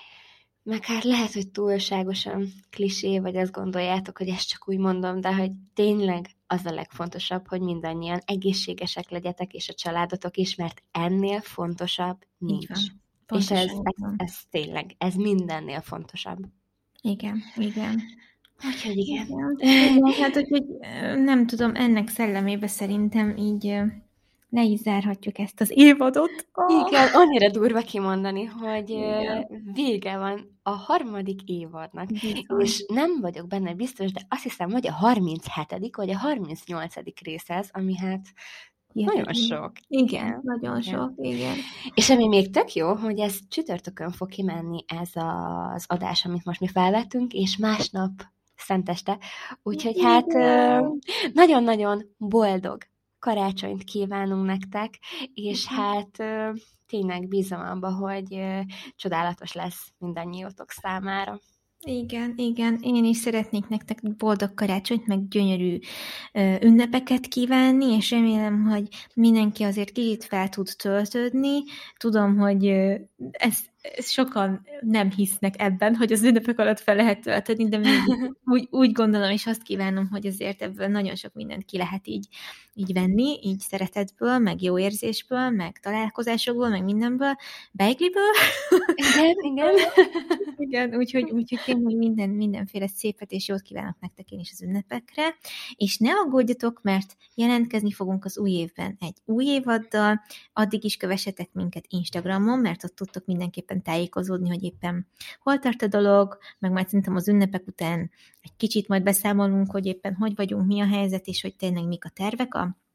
Meg hát lehet, hogy túlságosan klisé, vagy azt gondoljátok, hogy ezt csak úgy mondom, de hogy tényleg az a legfontosabb, hogy mindannyian egészségesek legyetek, és a családotok is, mert ennél fontosabb nincs. És ez tényleg, ez mindennél fontosabb. Igen. Úgyhogy igen. Hát, hogy nem tudom, ennek szellemébe szerintem így le is zárhatjuk ezt az évadot. Igen, annyira durva kimondani, hogy vége van a 3. évadnak. Bizony. És nem vagyok benne biztos, de azt hiszem, vagy a 37. vagy a 38. rész ez, ami hát nagyon sok. Igen, nagyon sok, igen. És ami még tök jó, hogy ez csütörtökön fog kimenni ez az adás, amit most mi felvettünk, és másnap szenteste. Úgyhogy hát nagyon-nagyon boldog karácsonyt kívánunk nektek, és hát tényleg bízom abba, hogy csodálatos lesz mindannyiótok számára. Igen. Én is szeretnék nektek boldog karácsonyt, meg gyönyörű ünnepeket kívánni, és remélem, hogy mindenki azért kicsit fel tud töltődni. Tudom, hogy ez sokan nem hisznek ebben, hogy az ünnepek alatt fel lehet töltődni, de úgy gondolom, és azt kívánom, hogy azért ebből nagyon sok mindent ki lehet így venni, így szeretetből, meg jó érzésből, meg találkozásokból, meg mindenből, beigliből. Igen. Igen, úgyhogy tényleg mindenféle szépet és jót kívánok nektek én is az ünnepekre, és ne aggódjatok, mert jelentkezni fogunk az új évben egy új évaddal, addig is kövessetek minket Instagramon, mert ott tudtok mindenképpen tájékozódni, hogy éppen hol tart a dolog, meg majd szerintem az ünnepek után egy kicsit majd beszámolunk, hogy éppen hogy vagyunk, mi a helyzet, és hogy tényleg mik a tervek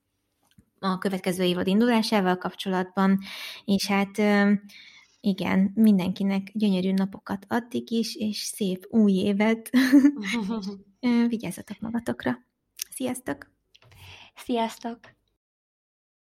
a következő évad indulásával kapcsolatban, és hát igen, mindenkinek gyönyörű napokat addig is, és szép új évet. Vigyázzatok magatokra. Sziasztok! Sziasztok!